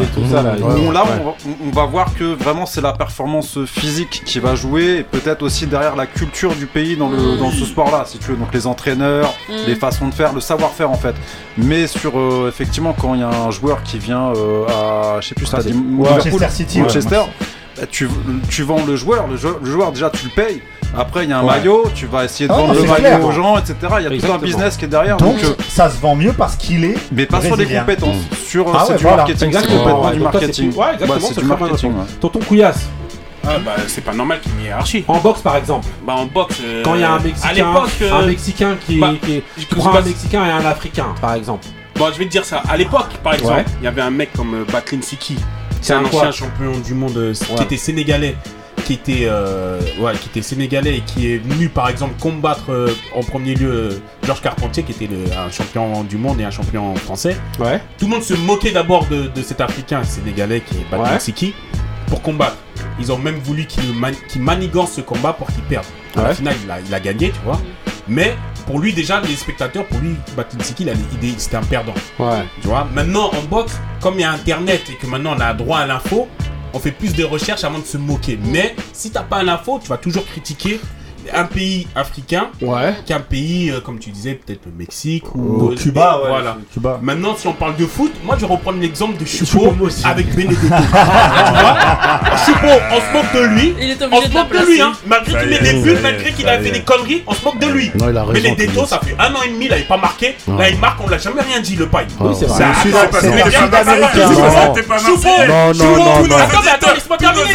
on va voir que vraiment c'est la performance physique qui va jouer et peut-être aussi derrière la culture du pays dans ce sport-là, si tu veux, donc les entraîneurs, les façons de faire, le savoir-faire en fait. Mais sur effectivement quand il y a un joueur qui vient à, je sais plus, ça dit Manchester, tu vends le joueur déjà tu le payes. Après il y a un maillot, tu vas essayer de vendre le maillot aux gens, etc. Il y a tout un business qui est derrière. Donc ça se vend mieux parce qu'il est. Mais pas sur les compétences, c'est du marketing. C'est complètement du marketing. Ouais, exactement, c'est du marketing. Tonton Couillasse. Ah bah c'est pas normal qu'il y ait une hiérarchie. En boxe par exemple. Bah en boxe. Quand il y a un Mexicain, tu prends un Mexicain et un Africain par exemple. Bon je vais te dire ça. À l'époque par exemple, il y avait un mec comme Batlin Siki. C'est un ancien champion du monde qui était sénégalais. Qui était sénégalais et qui est venu par exemple combattre en premier lieu Georges Carpentier qui était un champion du monde et un champion français. Tout le monde se moquait d'abord de cet Africain sénégalais qui est Batlin Siki pour combattre. Ils ont même voulu qu'il manigance ce combat pour qu'il perde. À la finale, il a gagné, tu vois. Mais pour lui, déjà, les spectateurs, pour lui, Batlin Siki, c'était un perdant. Tu vois. Maintenant, en boxe, comme il y a Internet et que maintenant on a droit à l'info, on fait plus de recherches avant de se moquer. Mais si t'as pas l'info, tu vas toujours critiquer un pays africain qu'un pays, comme tu disais, peut-être le Mexique ou Cuba. Voilà. Cuba. Maintenant, si on parle de foot, moi je vais reprendre l'exemple de Choupo avec Benedetto. Tu vois, Choupo, on se moque de lui. On se moque de lui, hein. Malgré qu'il met des buts, malgré qu'il a fait des conneries, on se moque de lui. Benedetto, ça fait 1 an et demi, il avait pas marqué. Là, il marque, on l'a jamais rien dit, le paille. Oui, c'est vrai. C'était pas Choupo. Non. Attends, laisse-moi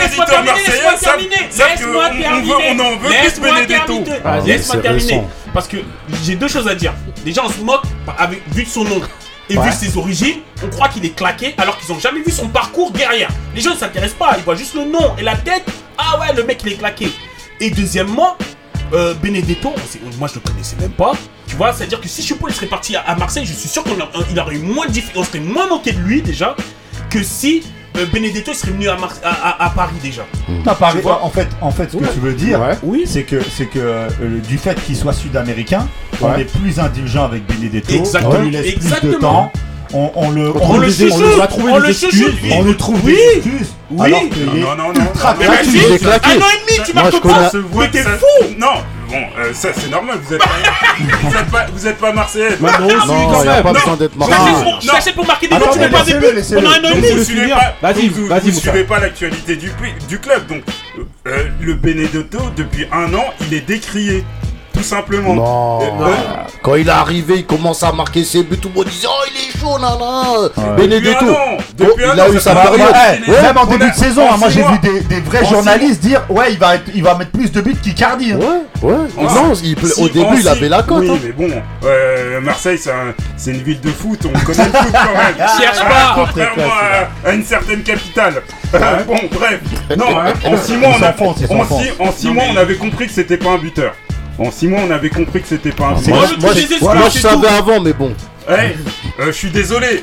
terminer. Parce que j'ai 2 choses à dire. Déjà, on se moque vu de son nom et vu ses origines, on croit qu'il est claqué alors qu'ils ont jamais vu son parcours derrière. Les gens ne s'intéressent pas, ils voient juste le nom et la tête. Ah ouais, le mec il est claqué. Et deuxièmement, Benedetto, moi je le connaissais même pas. Tu vois, c'est-à-dire que si Choupo il serait parti à Marseille, je suis sûr qu'il aurait eu moins de difficultés, on serait moins moqué de lui déjà que si Benedetto il serait venu à Paris déjà. Non, Paris, en fait, ce que tu veux dire, c'est que du fait qu'il soit sud-américain, on est plus indulgent avec Benedetto. Exactement. On lui laisse plus de temps. On le trouve des excuses. On le trouve des excuses. Oui. Non. Un an et demi, tu marques pas. Mais t'es fou. Non. Bon, ça c'est normal, vous êtes pas Marseillais. Non, il n'y a pas besoin d'être Marseillais. Je t'achète pour marquer des buts, tu n'es pas des buts pendant un an et demi. Vous suivez pas l'actualité du club, donc le Benedetto, depuis un an, il est décrié. Tout simplement. Non. Quand il est arrivé, il commence à marquer ses buts. Tout le monde disait, oh, il est chaud, nana. Benedetto. Il a eu sa période. Même en début de saison, moi j'ai vu des vrais journalistes dire, ouais, il va mettre plus de buts qu'Icardi. Ouais. Non, au début, il avait la cote. Oui, mais bon, Marseille, c'est une ville de foot. On connaît le foot quand même. Cherche pas. Contrairement à une certaine capitale. Bon, bref. Non, en 6 mois, on avait compris que c'était pas un buteur. En 6 mois, on avait compris que c'était pas un buteur. Moi, je savais avant, mais bon. Je suis désolé.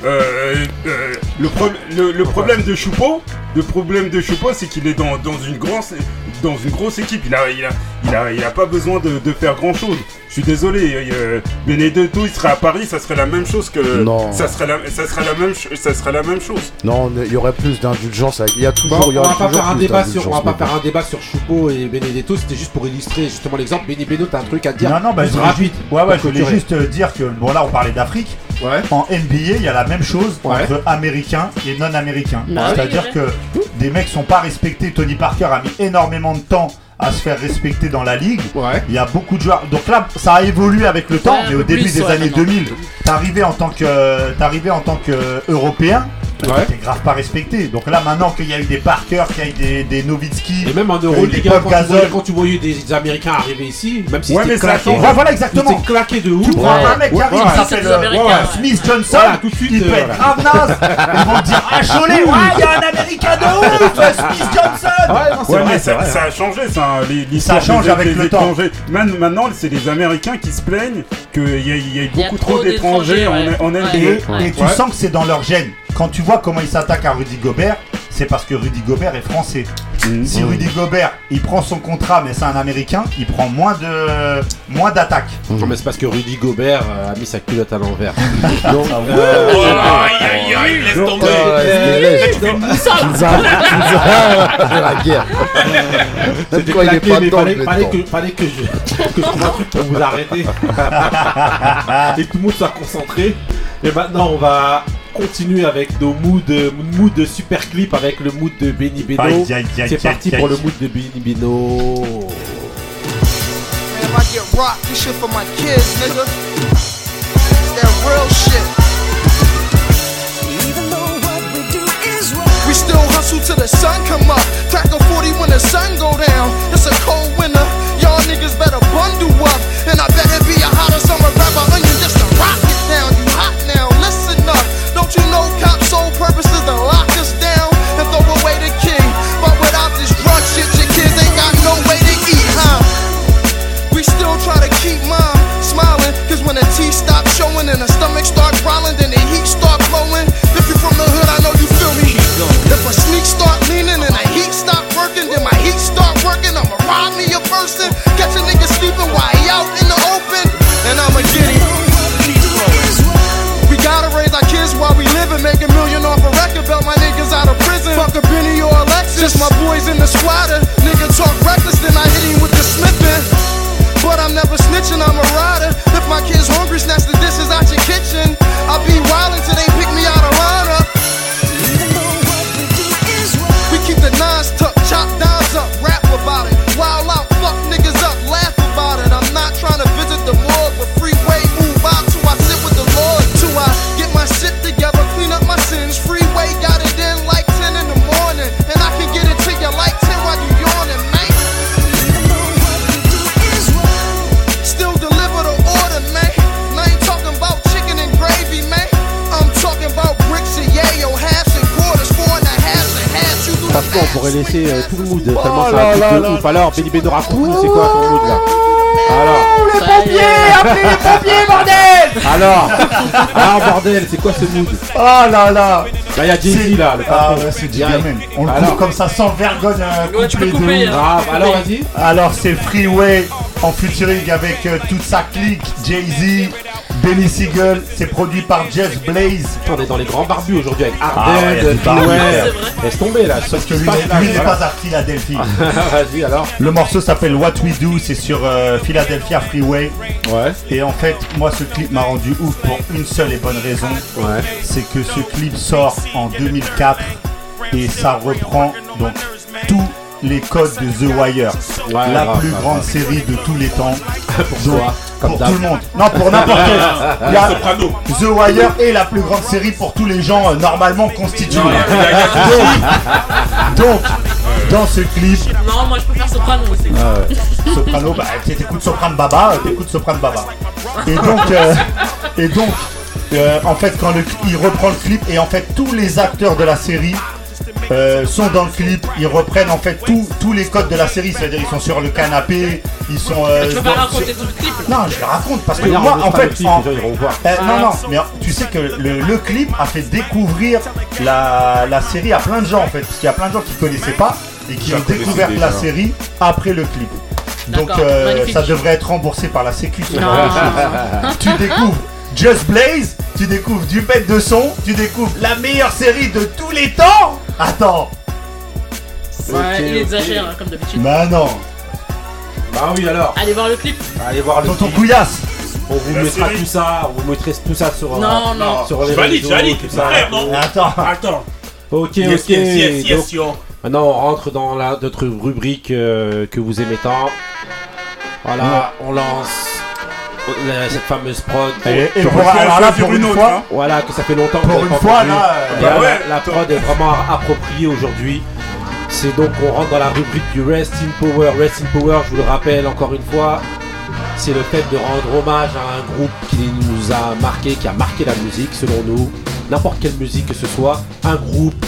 Le problème de Choupo, c'est qu'il est dans une grosse équipe. Il a pas besoin de faire grand chose. Je suis désolé. Benedetto, il serait à Paris, ça serait la même chose que. Non. Ça serait la même chose. Non, il y aurait plus d'indulgence. Il y a toujours. On va pas faire un débat sur Choupo et Benedetto. C'était juste pour illustrer justement l'exemple. Benedetto, t'as un truc à dire. Non, rapide. Je voulais juste dire que bon là, on parlait d'Afrique. En NBA, il y a la même chose entre américains et non-américains. C'est-à-dire que des mecs sont pas respectés. Tony Parker a mis énormément de temps à se faire respecter dans la ligue. Il y a beaucoup de joueurs. Donc là, ça a évolué avec le temps, mais au début des années 2000, t'arrivais en tant que Européen. T'es grave pas respecté. Donc là, maintenant qu'il y a eu des Parker, qu'il y a eu des Nowitzki, et même en Euroleague, quand tu voyais des Américains arriver ici, même si c'était claqué. Voilà, exactement. C'était claqué de ouf. Tu prends un mec qui arrive, il s'appelle Smith Johnson, tout de suite, il peut être grave naze. Ils vont te dire, ah, Cholet, il y a un Américain de ouf, Smith Johnson. Mais ça a changé, ça change avec le temps. Maintenant, c'est les Américains qui se plaignent qu'il y a beaucoup trop d'étrangers en NBA. Et tu sens que c'est dans leur gène. Quand tu vois comment il s'attaque à Rudy Gobert, c'est parce que Rudy Gobert est français. Si Rudy Gobert, il prend son contrat, mais c'est un Américain, il prend moins d'attaques. Non, mais c'est parce que Rudy Gobert a mis sa culotte à l'envers. Donc, laisse tomber. La guerre. C'était claqué, mais fallait que je trouve un truc pour vous arrêter. Et tout le monde soit concentré. Et maintenant, on va continuer avec nos moods de super clip avec le mood de Benny Beno. C'est parti pour le mood de Benny Beno. I get rock, this shit for my kids, nigga. That real shit. Even though what we do is wrong, we still hustle till the sun come up. Crack a 40 when the sun go down. It's a cold winter, y'all niggas better bundle up. And I bet it be a hotter summer, grab an onion just to rock it down. You hot now, listen up. Don't you know cops' sole purpose is to lock us down and throw away the key? But without this drug shit, your kids ain't got no way to eat, huh? We still try to keep mom smiling, cause when the teeth stop showing and the stomach start growling, then the heat start blowing. If you from the hood, I know you feel me. If a sneak start leaning and the heat stop working, then my heat start working. I'ma rob me a person, catch a nigga sleeping while he out in the open, and I'ma get him. We gotta raise our kids while we live and make $1 million off a record belt. My niggas out of prison, fuck a Benny or Alexis. Just my boys in the squatter. Nigga talk reckless, then I hit him with the smithing. But I'm never snitching, I'm a rider. If my kids hungry, snatch the dishes out your kitchen. I'll be wildin' till they pick me out of lineup. We keep the nines tucked, chop downs up, rap about it. Wild out, fuck niggas up, laugh about it. I'm not trying to visit the morgue, but freeway move out till I sit with the Lord. Till I get my shit together, clean up my sins. Freeway got it in like 10 in the morning. And I can get it to you like 10 while you yawning, man. Still deliver the order, man. And I ain't talking about chicken and gravy, man. I'm talking about bricks and yayo, halves and quarters, 4 and a halves and halves. You do the Franchement, on pourrait laisser tout le mood, tellement c'est un truc de ouf. Alors, Benny Beno, raconte-nous, c'est quoi ton mood là? Alors, les pompiers, appelez les pompiers, bordel! Alors, bordel, c'est quoi ce mood? Oh là là! Là, il y a Jay-Z là, le patron. Ah ouais, c'est Jay-Z. On le coupe comme ça sans vergogne. Ouais, tu peux couper. Alors, vas-y. Alors, c'est Freeway en featuring avec toute sa clique, Jay-Z, Benny Siegel. C'est produit par Just Blaze. On est dans les grands barbus aujourd'hui avec Arden, Freeway. Laisse tomber là. Parce que lui n'est pas à Philadelphie. Vas-y alors. Le morceau s'appelle What We Do. C'est sur Philadelphia Freeway. Ouais. Et en fait, moi, ce clip m'a rendu ouf pour une seule et bonne raison. Ouais. C'est que ce clip sort en 2004 et ça reprend donc tous les codes de The Wire, la plus grande série de tous les temps. Pour tout le monde. Non, pour n'importe quel. Il y a The Wire est la plus grande série pour tous les gens normalement constitués. Donc, dans ce clip. Non, moi je préfère Soprano aussi. Soprano, bah t'écoutes Soprano Baba, Et donc, en fait, quand il reprend le clip, et en fait, tous les acteurs de la série sont dans le clip, ils reprennent en fait tous les codes de la série, c'est-à-dire ils sont sur le canapé, ils sont. Tu peux pas raconter tout le clip? Non, je le raconte parce que moi, en fait, non, mais tu sais que le clip a fait découvrir la série à plein de gens en fait, parce qu'il y a plein de gens qui connaissaient pas et qui ont découvert la série après le clip. Donc ça devrait être remboursé par la Sécu. Tu découvres Just Blaze, tu découvres du bête de son, tu découvres la meilleure série de tous les temps. Attends. Ouais, il exagère comme d'habitude. Bah non. Bah oui alors. Allez voir le clip. Allez voir le clip. Tonton Couillasse. On vous mettra tout ça, on vous mettra tout ça sur non. les réseaux. Valide, frère, non. Attends. Ok. Yes. Maintenant on rentre dans notre rubrique que vous aimez tant. Voilà, on lance cette fameuse prod. Alors là, pour une fois, voilà, que ça fait longtemps que pour une fois, là, la prod est vraiment appropriée aujourd'hui. C'est donc on rentre dans la rubrique du Rest in Power. Rest in Power, je vous le rappelle encore une fois, c'est le fait de rendre hommage à un groupe qui nous a marqué, qui a marqué la musique selon nous. N'importe quelle musique que ce soit, un groupe,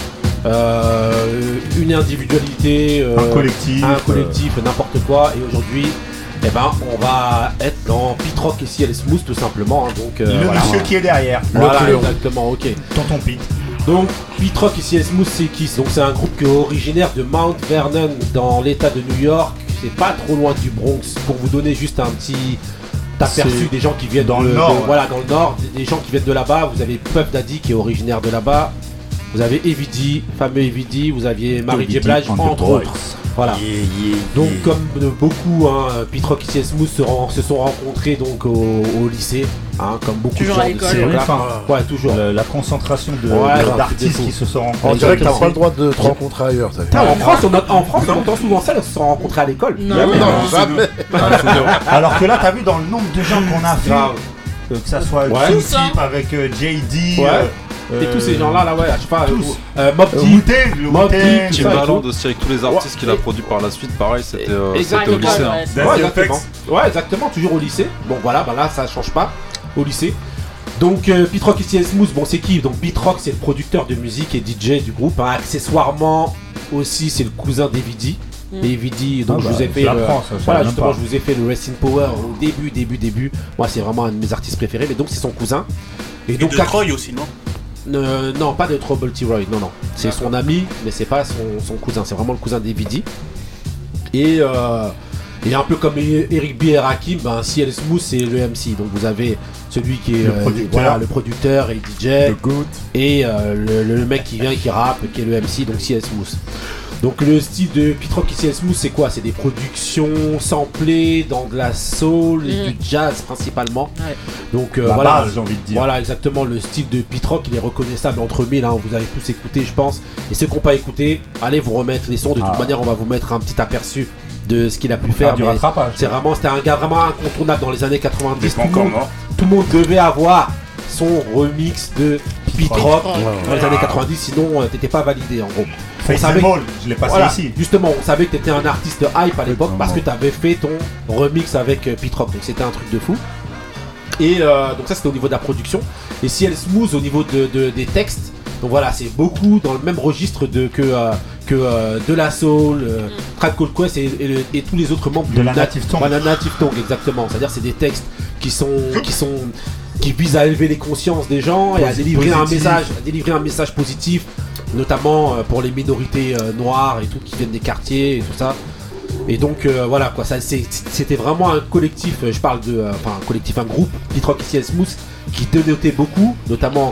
une individualité, un collectif, n'importe quoi. Et aujourd'hui, eh ben, on va être dans Pete Rock et CL Smooth tout simplement. Donc, le monsieur qui est derrière. Voilà, exactement, ok. Tonton Pete. Donc, Pete Rock et CL Smooth, c'est qui? Donc, c'est un groupe qui est originaire de Mount Vernon dans l'état de New York. C'est pas trop loin du Bronx. Pour vous donner juste un petit aperçu des gens qui viennent dans le nord. Voilà, dans le nord, des gens qui viennent de là-bas. Vous avez Puff Daddy qui est originaire de là-bas. Vous avez Evidy, fameux Evidy. Vous aviez Mary J. Blige, entre autres. Voilà. Donc comme beaucoup, Pete Rock et CL Smooth se sont rencontrés donc au lycée, comme beaucoup toujours de gens à l'école. de ces ouais, toujours. La concentration d'artistes qui se sont rencontrés. On dirait que t'as pas le droit de te rencontrer ailleurs. En France, on entend souvent ça, ils se sont rencontrés à l'école. Non, jamais. Alors que là, t'as vu dans le nombre de gens qu'on a fait, que ça soit Q-Tip avec JD. Et tous ces gens-là, ouais, je sais pas, Mob Deep, Timbaland aussi avec tous les artistes qu'il a produits par la suite, pareil, c'était au lycée. Ouais, exactement, toujours au lycée. Bon, voilà, bah là, ça change pas, au lycée. Donc, Pete Rock et CL Smooth, bon, c'est qui? Donc, Pete Rock, c'est le producteur de musique et DJ du groupe. Accessoirement, aussi, c'est le cousin d'Evidy. Evidy, donc je vous ai fait je vous ai fait le Rest in Power au début. Moi, c'est vraiment un de mes artistes préférés, mais donc, c'est son cousin. Et donc, de Troy aussi, non? Non, pas de Trouble T. Roy, non. C'est son ami, mais c'est pas son cousin, c'est vraiment le cousin d'Evidy. Et un peu comme Eric B et Rakim, CL Smooth, c'est le MC. Donc vous avez celui qui est le producteur et DJ, et le mec qui vient, qui rappe, qui est le MC, donc CL Smooth. Donc le style de Pete Rock et CL Smooth, c'est quoi? C'est des productions samplées dans de la soul et du jazz principalement. Ouais. Donc base, j'ai envie de dire. Voilà, exactement, le style de Pete Rock, il est reconnaissable entre mille, vous avez tous écouté, je pense. Et ceux qui n'ont pas écouté, allez vous remettre les sons. De toute manière, on va vous mettre un petit aperçu de ce qu'il a pu faire. C'était un gars vraiment incontournable dans les années 90. Tout le monde devait avoir son remix de Pete Rock dans les années 90, sinon t'étais pas validé en gros. Je l'ai passé ici. Justement, on savait que t'étais un artiste hype à l'époque parce que t'avais fait ton remix avec Pete Rock, donc c'était un truc de fou. Et donc ça c'était au niveau de la production. Et CL Smooth au niveau des textes, donc voilà, c'est beaucoup dans le même registre que de la soul, Tribe Called Quest et tous les autres membres de la Native Tongue. Voilà, Native Tongue, exactement. C'est-à-dire c'est des textes qui qui vise à élever les consciences des gens et à délivrer un message positif, notamment pour les minorités noires et tout qui viennent des quartiers et tout ça. Et donc voilà quoi, c'était vraiment un collectif, un groupe, Pit Rock et CL Smooth, qui dénotait beaucoup, notamment en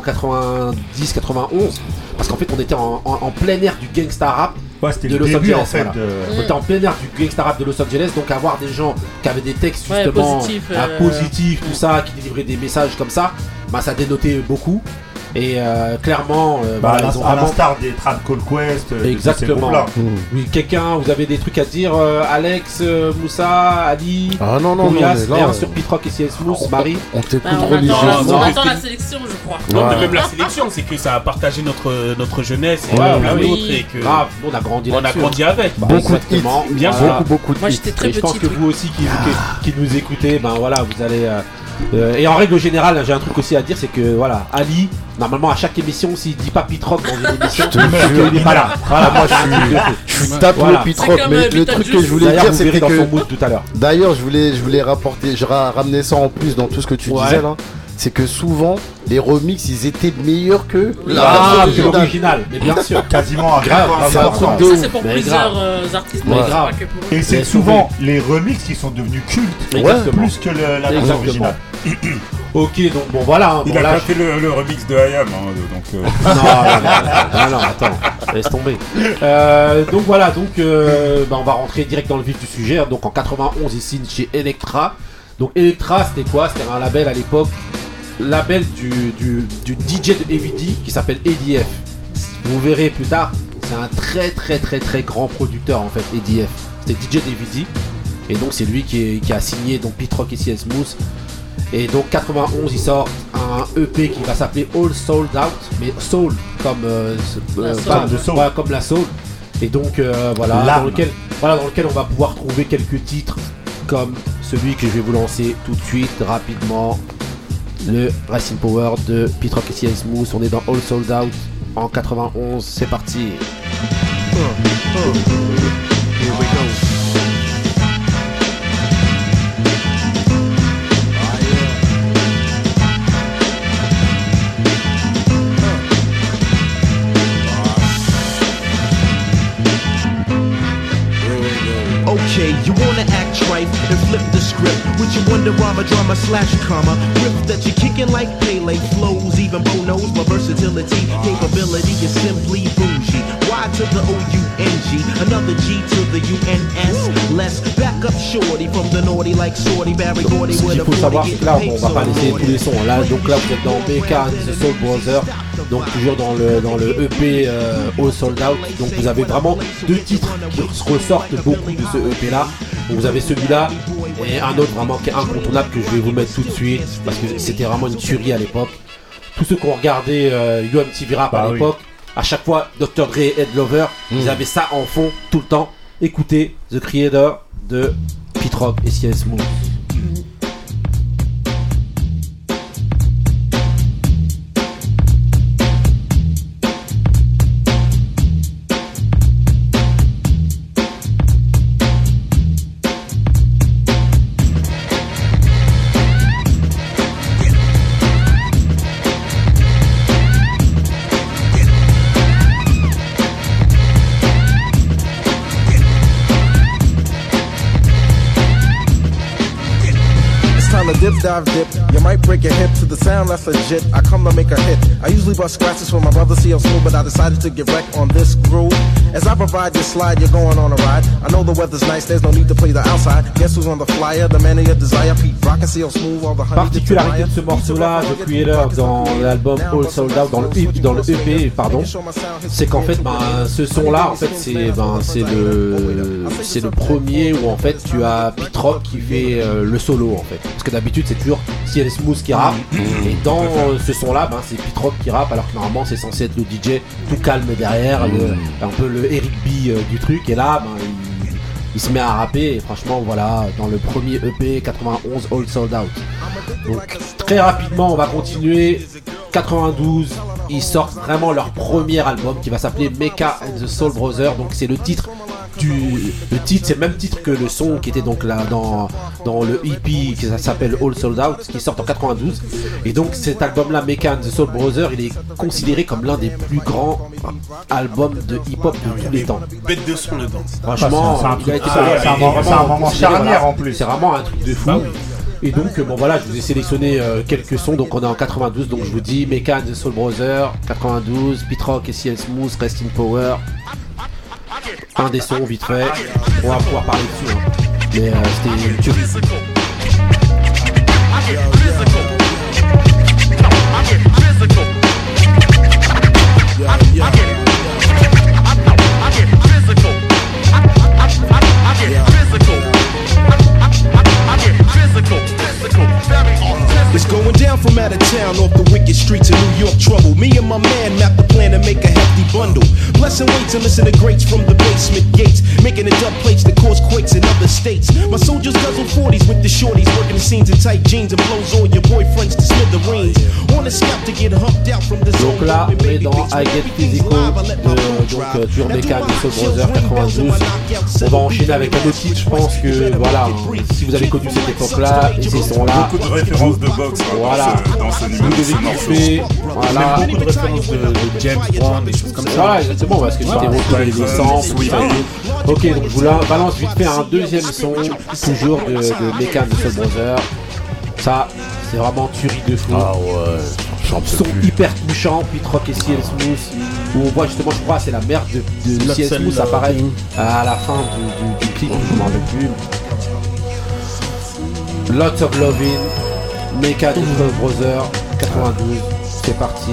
90-91, parce qu'en fait on était en plein air du gangsta rap de Los Angeles. En fait, on était en plein air du gangsta rap de Los Angeles, donc avoir des gens qui avaient des textes justement positifs, tout ça, qui délivraient des messages comme ça, bah ça dénotait beaucoup. Et clairement, à l'instar des Tribe Called Quest, exactement. Oui, quelqu'un, vous avez des trucs à dire, Alex, Moussa, Ali, non, sur Pit Rock et CL Smooth, Marie. On t'écoute religieusement. On attend la sélection, je crois. Non, mais même la sélection, c'est que ça a partagé notre jeunesse et l'autre et que on a grandi avec. Beaucoup de hits, bien sûr. Beaucoup de hits. Moi, j'étais très petit. Je pense que vous aussi qui nous écoutez, ben voilà, vous allez. Et en règle générale, j'ai un truc aussi à dire, c'est que voilà, Ali, normalement à chaque émission, s'il dit pas Pit Rock dans une émission, il est pas là. Voilà, moi je suis tape le Pit Rock, mais le truc que je voulais dire, c'était que tout à l'heure. D'ailleurs, je voulais rapporter, je ramener ça en plus dans tout ce que tu disais là. C'est que souvent les remixes ils étaient meilleurs que l'original, mais bien sûr, quasiment grave. C'est pour plusieurs artistes, et c'est souvent les remixes qui sont devenus cultes, plus que la version originale. Ok, donc bon voilà. Il a pas fait le remix de I Am, donc. Non, attends, laisse tomber. Donc voilà, on va rentrer direct dans le vif du sujet. Donc en 91, il signe chez Elektra. Donc Elektra, c'était quoi? C'était un label à l'époque, label du DJ de AVD qui s'appelle ADF. Vous verrez plus tard, c'est un très très très très grand producteur en fait, ADF. C'était DJ d'AVD. Et donc c'est lui qui a signé donc Pit Rock et CL Smooth. Et donc 91, il sort un EP qui va s'appeler All Sold Out, mais soul comme comme la soul. Et donc dans lequel on va pouvoir trouver quelques titres comme celui que je vais vous lancer tout de suite rapidement, le Racing Power de Pit Rock et CL Smooth. On est dans All Sold Out en 91, c'est parti. Here we go. Okay, you wanna act tripe and flip the script with your Wonderama drama / comma riff that you're kicking like Pele flows. Even Bo knows my versatility, capability is simply bougie. Y to the O-U-N-G, another G to the U-N-S. Let's back up shorty from the naughty like Shorty Barry Gordy with a 40. Ce qu'il faut savoir, c'est que là, on va pas laisser tous les sons. Là, donc là, vous êtes dans BK and the Soul Brothers, donc toujours dans le EP All Sold Out. Donc vous avez vraiment deux titres qui ressortent beaucoup de ce EP là. Donc vous avez celui-là et un autre vraiment qui est incontournable que je vais vous mettre tout de suite parce que c'était vraiment une tuerie à l'époque. Tous ceux qui ont regardé UMTV Rap à l'époque, à chaque fois Dr. Dre et Ed Lover, ils avaient ça en fond tout le temps. Écoutez The Creator de Pit Rock et CL Smooth. Dip, dive, dip. You might break your hip to the sound that's legit. I come to make a hit. I usually bust scratches for my brother CL Smooth, but I decided to get wrecked on this groove. As I provide your slide, you're going on a ride. I know the weather's nice, there's no need to play the outside. Guess who's on the flyer? The man of your desire, Pete Rock and CL Smooth, all the honey. Particularité de ce morceau-là, The Creator, dans l'album All Sold Out, dans le EP, pardon, c'est qu'en fait, ce son-là, en fait, c'est le premier où en fait tu as Pit Rock qui fait le solo en fait. Parce que d'habitude c'est toujours CL Smooth qui rappe et dans ce son-là, c'est Pit Rock qui rappe alors que normalement c'est censé être le DJ tout calme derrière, un peu le Eric B du truc et là il se met à rapper et franchement voilà, dans le premier EP 91 All Sold Out. Donc très rapidement on va continuer. 92, ils sortent vraiment leur premier album qui va s'appeler Mecca and the Soul Brothers, donc c'est le titre le titre, c'est le même titre que le son qui était donc là dans le EP qui s'appelle All Sold Out, qui sort en 92. Et donc cet album-là, Mecca and the Soul Brothers, il est considéré comme l'un des plus grands albums de hip-hop de tous les temps. Bête de son dedans. Franchement, c'est un moment charnière en plus. C'est vraiment un truc de fou. Bah oui. Et donc bon voilà, je vous ai sélectionné quelques sons, donc on est en 92, donc je vous dis Mecca and the Soul Brothers, 92, Pete Rock et CL Smooth, Rest in Power. Un des sons vite fait, on va pouvoir parler dessus, hein. Mais c'était une tuerie. It's going down from out of town off the wicked streets of New York trouble. Me and my man mapped the plan to make a hefty bundle. Blessing weights and listen to greats from the basement gates, making it dub plates that cause quakes in other states. My soldiers guzzle 40s with the shorties, working the scenes in tight jeans and blows all your boyfriends to smithereens. On the scout to get humped out from the zone. Donc là, on est dans I Get Physical, donc Pure Mecca and the Soul Brothers 92. On va enchaîner avec un autre titre, je pense que voilà, si vous avez connu cette époque-là, et ces sons-là, beaucoup de références de boxe voilà, dans ce numéro. vous devez kiffer, voilà, beaucoup de références de James Brown, des choses comme ça. Voilà, exactement, parce que c'était retrouvé les samples, oui. Ok, donc je vous balance vite fait un deuxième son, toujours de Mecca and the Soul Brothers. Ça, c'est vraiment tuerie de fou. Ah ouais, son hyper touchant, Pete Rock et CL Smooth, où on voit justement, je crois, c'est la mère de CL Smooth apparaît à la fin du clip, je m'en rappelle plus. Lots of Lovin', Mecca and the Soul Brothers 92, c'est parti.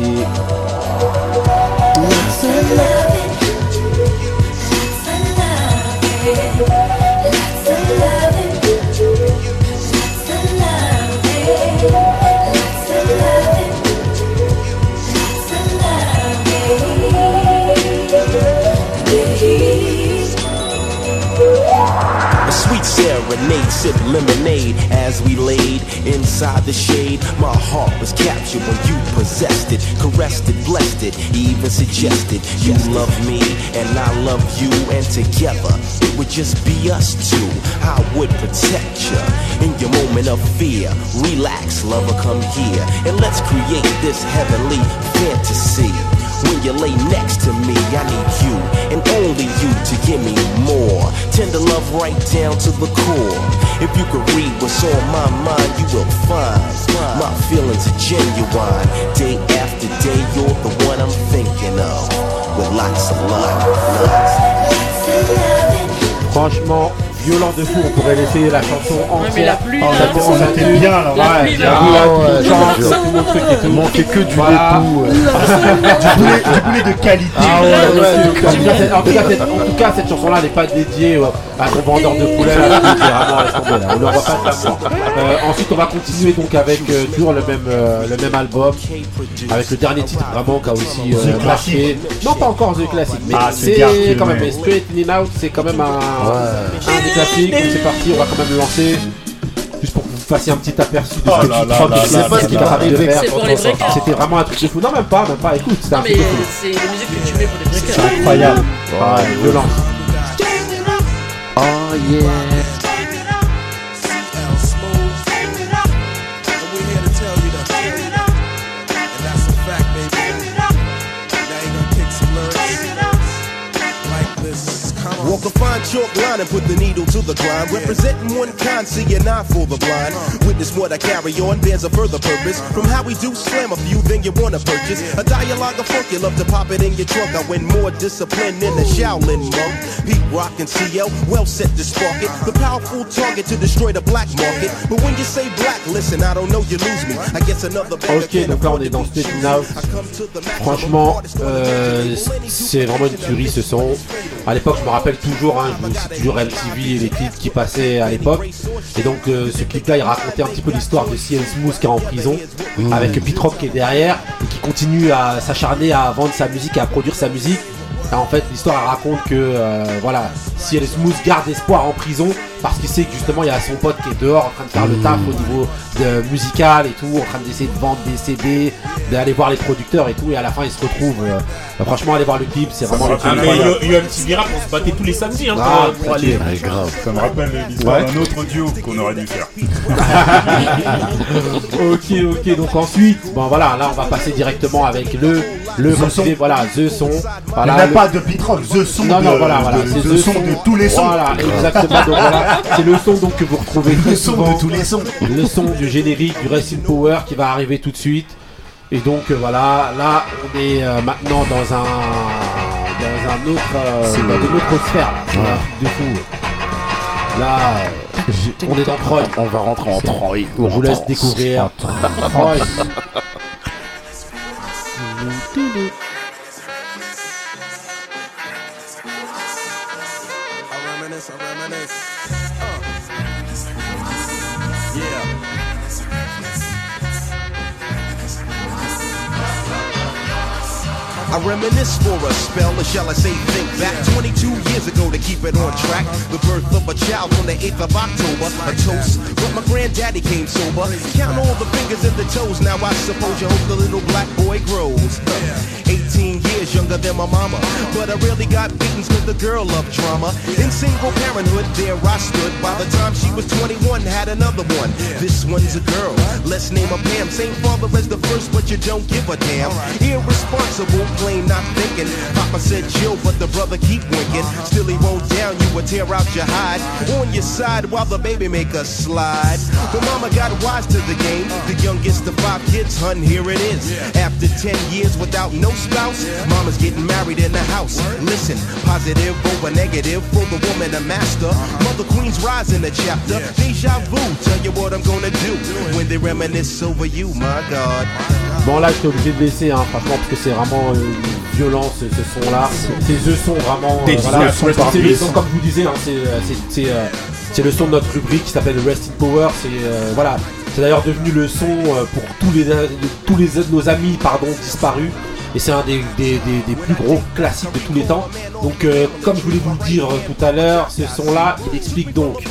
A sweet serenade, sip lemonade as we laid inside the shade. My heart was captured when you possessed it, caressed it, blessed it, even suggested you love me and I love you, and together it would just be us two. I would protect you in your moment of fear. Relax, lover, come here and let's create this heavenly fantasy. When you lay next to me, I need you and only you to give me more. Tender love right down to the core. If you could read what's on my mind, you will find my feelings are genuine. Day after day, you're the one I'm thinking of. With lots of love. Franchement, violent de fou, on pourrait laisser la chanson entière. On était bien là, ouais. Il manquait que du l'époux. Du poulet de qualité. En tout cas, cette chanson-là n'est pas dédiée à ton vendeur de poulet. On ne voit pas de l'amour. Ensuite, on va continuer donc avec toujours le même album, avec le dernier titre vraiment qui a aussi marqué. Non, pas encore The Classic, mais c'est quand même Straight In Out, c'est quand même un des classiques. Donc c'est parti, on va quand même le lancer. Juste pour que vous fassiez un petit aperçu de ce que tu crois que c'est pas ce qu'il est capable de faire. C'était vraiment un truc de fou. Non, même pas, écoute, c'est un truc de fou. C'est la musique que tu mets pour les breakers. C'est incroyable. Violent. Oh yeah. Walk a fine chalk line and put the needle to the grind. Representing one kind, see an eye for the blind. Witness what I carry on, bears a further purpose. From how we do slam a few, then you wanna purchase a dialogue of funk, you love to pop it in your trunk. I win more discipline than a Shaolin monk. Pete Rock and CL, well set to spark it. The powerful target to destroy the black market. But when you say black, listen, I don't know, you lose me. I guess another. Ok, donc là on est dans Straight In Out. Franchement, c'est vraiment une tuerie ce son. À l'époque, je me rappelle toujours, je vous cite toujours MTV et les clips qui passaient à l'époque. Et donc, ce clip-là, il racontait un petit peu l'histoire de CL Smooth qui est en prison, avec Pete Rock qui est derrière et qui continue à s'acharner à vendre sa musique et à produire sa musique. Et en fait, l'histoire elle raconte que voilà, CL Smooth garde espoir en prison parce qu'il sait que justement il y a son pote qui est dehors en train de faire le taf au niveau musical et tout, en train d'essayer de vendre des CD, d'aller voir les producteurs et tout, et à la fin il se retrouve. Franchement, aller voir le clip, c'est vraiment le truc. Yohan Sibira, on se battait tous les samedis pour aller. Grave. Ça me rappelle l'histoire d'un autre duo qu'on aurait dû faire. Ok, donc ensuite, bon voilà, là on va passer directement avec le son. Voilà, The Son. Voilà, il n'y a pas de Pete Rock, The Son. Non, voilà, c'est The Son de tous les sons. Voilà, exactement. Donc voilà, c'est le son donc que vous retrouvez le son de tous les sons. Le son du générique du Rest in Power qui va arriver tout de suite. Et donc voilà, là on est maintenant dans un autre, une autre sphère. C'est un truc de fou. Là, on est dans Troy. On va rentrer en Troy. Je vous laisse découvrir Troy. I reminisce for a spell, or shall I say think back 22 years ago to keep it on track. The birth of a child on the 8th of October. A toast, but my granddaddy came sober. Count all the fingers and the toes, now I suppose you hope the little black boy grows. 18 years younger than my mama, but I really got beatings cause the girl loved drama. In single parenthood, there I stood. By the time she was 21, had another one. This one's a girl, let's name her Pam. Same father as the first, but you don't give a damn. Irresponsible, plain not thinking. Papa said chill, but the brother keep winking. Still he won't down, you would tear out your hide. On your side while the baby make a slide. But mama got wise to the game. The youngest of 5 kids, hun, here it is. After 10 years without no spouse, mama's getting married in the house. Listen, positive over negative for the woman a master. Mother Queen's rise in the chapter. Deja vu, tell you what I'm gonna do when they reminisce over you, my God. Bon là j'étais obligé de laisser franchement parce que c'est vraiment violent ce son là. C'est The Son vraiment. Voilà, c'est le son comme je vous disais, c'est le son de notre rubrique qui s'appelle Rest in Power. Voilà, c'est d'ailleurs devenu le son pour tous nos amis disparus. Et c'est un des plus gros classiques de tous les temps. Donc comme je voulais vous le dire tout à l'heure, ce son là il explique donc.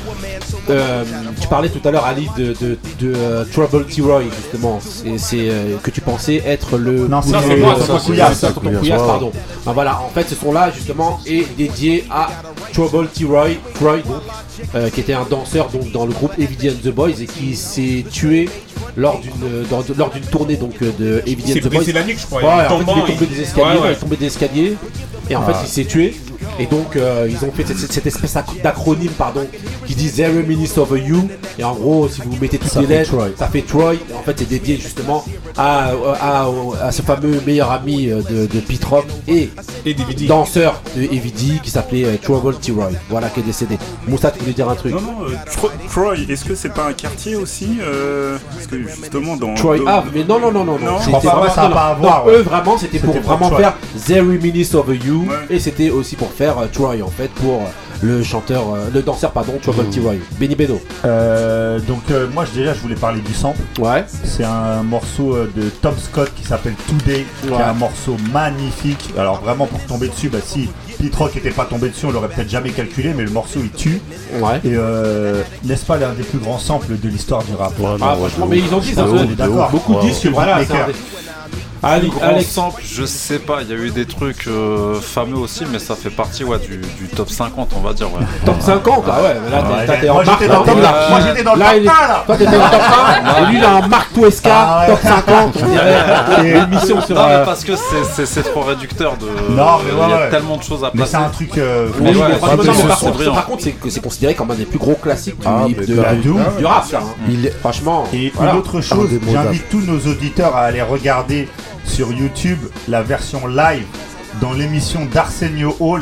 Tu parlais tout à l'heure Ali de Trouble T-Roy justement, c'est que tu pensais être le... Non, c'est moi, c'est Tonton Couillasse, pardon. Ben voilà, en fait ce son là justement est dédié à Trouble T-Roy, qui était un danseur donc dans le groupe Evidy and the Boys et qui s'est tué lors d'une tournée donc de Evidy and the Boys. C'est la nuque je crois. Ouais, en fait il est tombé des escaliers et en fait il s'est tué. Et donc ils ont fait cette espèce d'acronyme qui dit Zero Minutes Over You. Et en gros si vous mettez toutes les lettres ça fait Troy. Et en fait c'est dédié justement à ce fameux meilleur ami de Pete Rock et danseur de Evidy qui s'appelait Trouble T-Roy. Voilà, qui est décédé. Moussa, tu voulais dire un truc? Non, Troy, est-ce que c'est pas un quartier aussi parce que justement dans... Troy Ave, mais non. C'était vraiment ça pas à voir. Eux vraiment c'était pour vraiment faire Zero Minutes Over You et c'était aussi pour faire Troy en fait pour le danseur Trouble T-Roy. Benny Beno. Donc moi déjà je voulais parler du sample. Ouais. C'est un morceau de Tom Scott qui s'appelle Today, qui est un morceau magnifique. Alors vraiment pour tomber dessus, si Pete Rock n'était pas tombé dessus, on l'aurait peut-être jamais calculé, mais le morceau il tue. Ouais. Et n'est-ce pas l'un des plus grands samples de l'histoire du rap? Franchement, mais ils ont dit ça. D'accord. Beaucoup disent que voilà. Alex Sample, je sais pas, il y a eu des trucs fameux aussi, mais ça fait partie du top 50, on va dire. Ouais. Top 50, ah ouais, mais là t'es en Moi j'étais dans le top 1 là. Toi t'étais dans le top 1, et lui il a un Mark Tuesca, top 50, on dirait. Et émission sur. Non, mais parce que c'est trop réducteur de. Non, mais il y a tellement de choses à passer. Mais c'est un truc. Par contre, c'est considéré comme un des plus gros classiques du rap, ça. Franchement. Et une autre chose, j'invite tous nos auditeurs à aller regarder sur YouTube la version live dans l'émission d'Arsenio Hall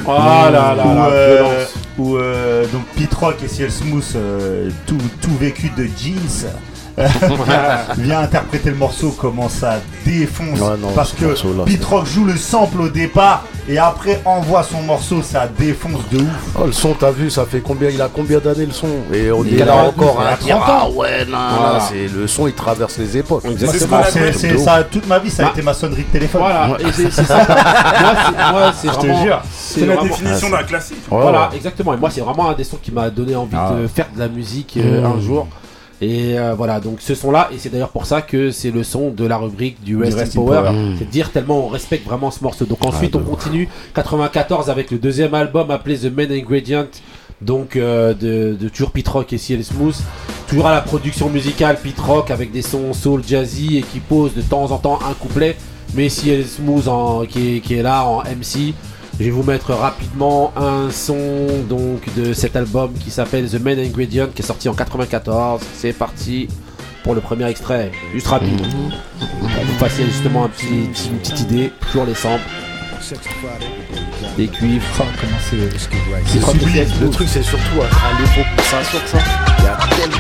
où donc Pete Rock et Ciel Smooth tout vécu de jeans vient interpréter le morceau, comment ça défonce. Parce que Pete Rock joue le sample au départ et après envoie son morceau, ça défonce de ouf. Oh, le son, t'as vu, ça fait combien, il a combien d'années le son? Et on est là encore à dire, ah ouais, non, c'est le son, il traverse les époques. C'est ça, toute ma vie, ça a été ma sonnerie de téléphone. Voilà, et c'est ça. Moi, c'est vraiment. C'est la définition d'un classique. Voilà, exactement. Et moi, c'est vraiment un des sons qui m'a donné envie de faire de la musique un jour. Et voilà, donc ce son-là, et c'est d'ailleurs pour ça que c'est le son de la rubrique du Rest in Power. C'est dire tellement on respecte vraiment ce morceau. Donc ensuite, on continue 94 avec le deuxième album appelé The Main Ingredient. Donc de toujours Pete Rock et CL Smooth. Toujours à la production musicale Pete Rock avec des sons soul jazzy et qui pose de temps en temps un couplet. Mais CL Smooth qui est là en MC. Je vais vous mettre rapidement un son donc de cet album qui s'appelle The Main Ingredient qui est sorti en 94. C'est parti pour le premier extrait, juste rapide. Pour vous passer justement une petite idée, toujours les samples. Des cuivres. Comment c'est le truc, c'est surtout à l'époque, ça sort ça. Il y a tellement.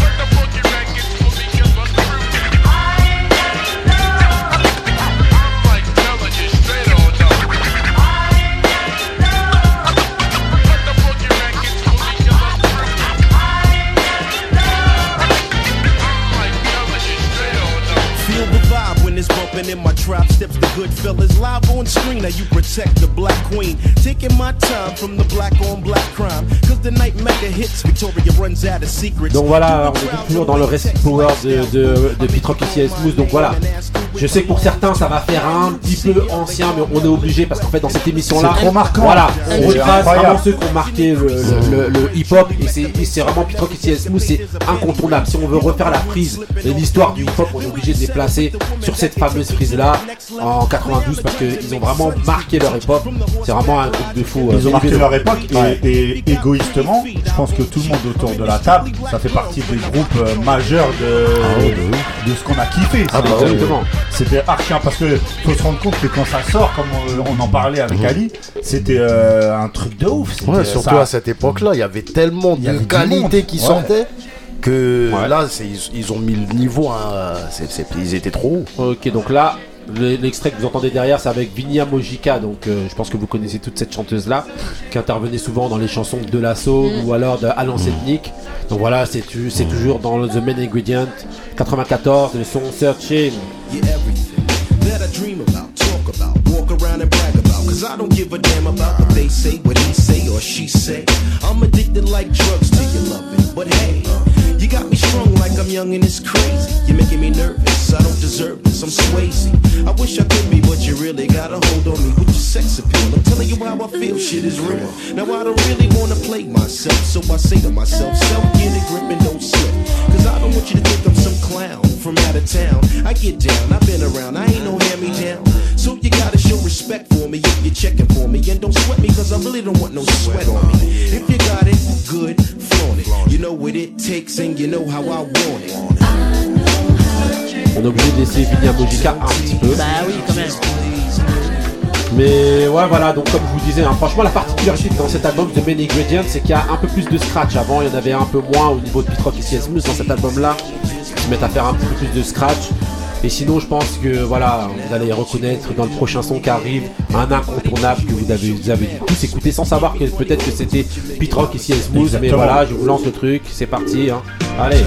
In my trap steps the good fellas live on screen. Now you protect the black queen, taking my time from the black on black crime. Cause the night mega hits, Victoria runs out of secrets. Donc voilà, on est toujours dans le Rest in Power de Pete Rock et CL Smooth. Donc voilà, je sais que pour certains ça va faire un petit peu ancien, mais on est obligé parce qu'en fait dans cette émission là, c'est trop marquant. Voilà, on retrace vraiment ceux qui ont marqué le hip hop et c'est vraiment Pete Rock et CL Smooth, c'est incontournable. Si on veut refaire la prise et l'histoire du hip hop, on est obligé de les placer sur cette fameuse prise là en 92 parce qu'ils ont vraiment marqué leur époque. C'est vraiment un groupe de fous. Ils ont marqué leur époque et égoïstement, je pense que tout le monde autour de la table, ça fait partie des groupes majeurs de ce qu'on a kiffé. Exactement. C'était archi parce que faut se rendre compte que quand ça sort, comme on en parlait avec Ali, c'était un truc de ouf. Surtout à cette époque-là, il y avait tellement de qualité qui sortait. Que là, ils ont mis le niveau, ils étaient trop hauts. Ok, donc là, l'extrait que vous entendez derrière, c'est avec Vinia Mojica. Donc je pense que vous connaissez toute cette chanteuse-là, qui intervenait souvent dans les chansons de La Soul ou alors de Alliance Ethnique. Donc voilà, c'est toujours dans The Main Ingredient 94, le son Searching. Cause I don't give a damn about what they say, what he say or she say. I'm addicted like drugs to your loving. But hey, you got me strung like I'm young and it's crazy. You're making me nervous, I don't deserve this, I'm Swayze. I wish I could be, but you really got a hold on me with your sex appeal. I'm telling you how I feel, shit is real. Now I don't really wanna play myself, so I say to myself, self, get a grip and don't slip. Cause I don't want you to think I'm some clown from out of town. I get down, I've been around, I ain't no hand-me-down. So you gotta show respect for me if you're checking for me. And don't sweat me cause I really don't want no sweat on me. If you got it, good, flaunt it. You know what it takes and you know how I want it. On est obligé de laisser Vinia Mojica un petit peu. Bah oui, quand même. Mais ouais, voilà, donc comme je vous disais, franchement, la particularité dans cet album de Main Ingredient, c'est qu'il y a un peu plus de scratch. Avant, il y en avait un peu moins au niveau de Pete Rock et CL Smooth. Dans cet album-là, ils se mettent à faire un petit peu plus de scratch. Et sinon, je pense que voilà, vous allez reconnaître dans le prochain son qui arrive un incontournable que vous avez tous écouté sans savoir que peut-être que c'était Pete Rock et CL Smooth. Exactement. Mais voilà, je vous lance le truc, c'est parti. Hein. Allez.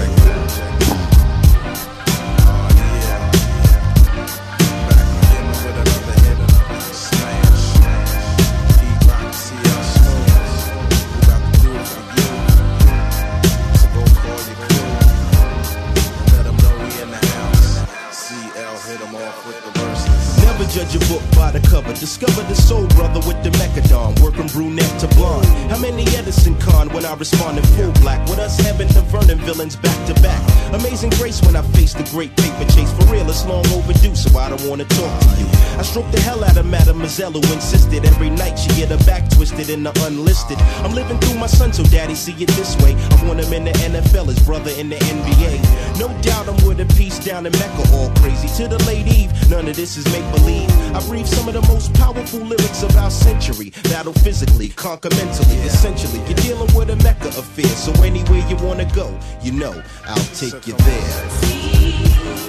Discover the soul brother with the mechadon, working brunette to blonde. How many Edison Con when I respond in full black? With us having the Vernon villains back to back. Amazing grace when I face the great paper chase. For real, it's long overdue, so I don't wanna talk to you. I stroke the hell out of Mademoiselle who insisted every night she get her back twisted in the unlisted. I'm living through my son, so daddy see it this way. I want him in the NFL, his brother in the NBA. No doubt I'm with a piece down in Mecca, all crazy. To the late Eve, none of this is make believe. I breathe some of the most powerful lyrics of our century. Battle physically, conquer mentally. Essentially, you're dealing with a Mecca affair. So anywhere you wanna go, you know I'll take you there.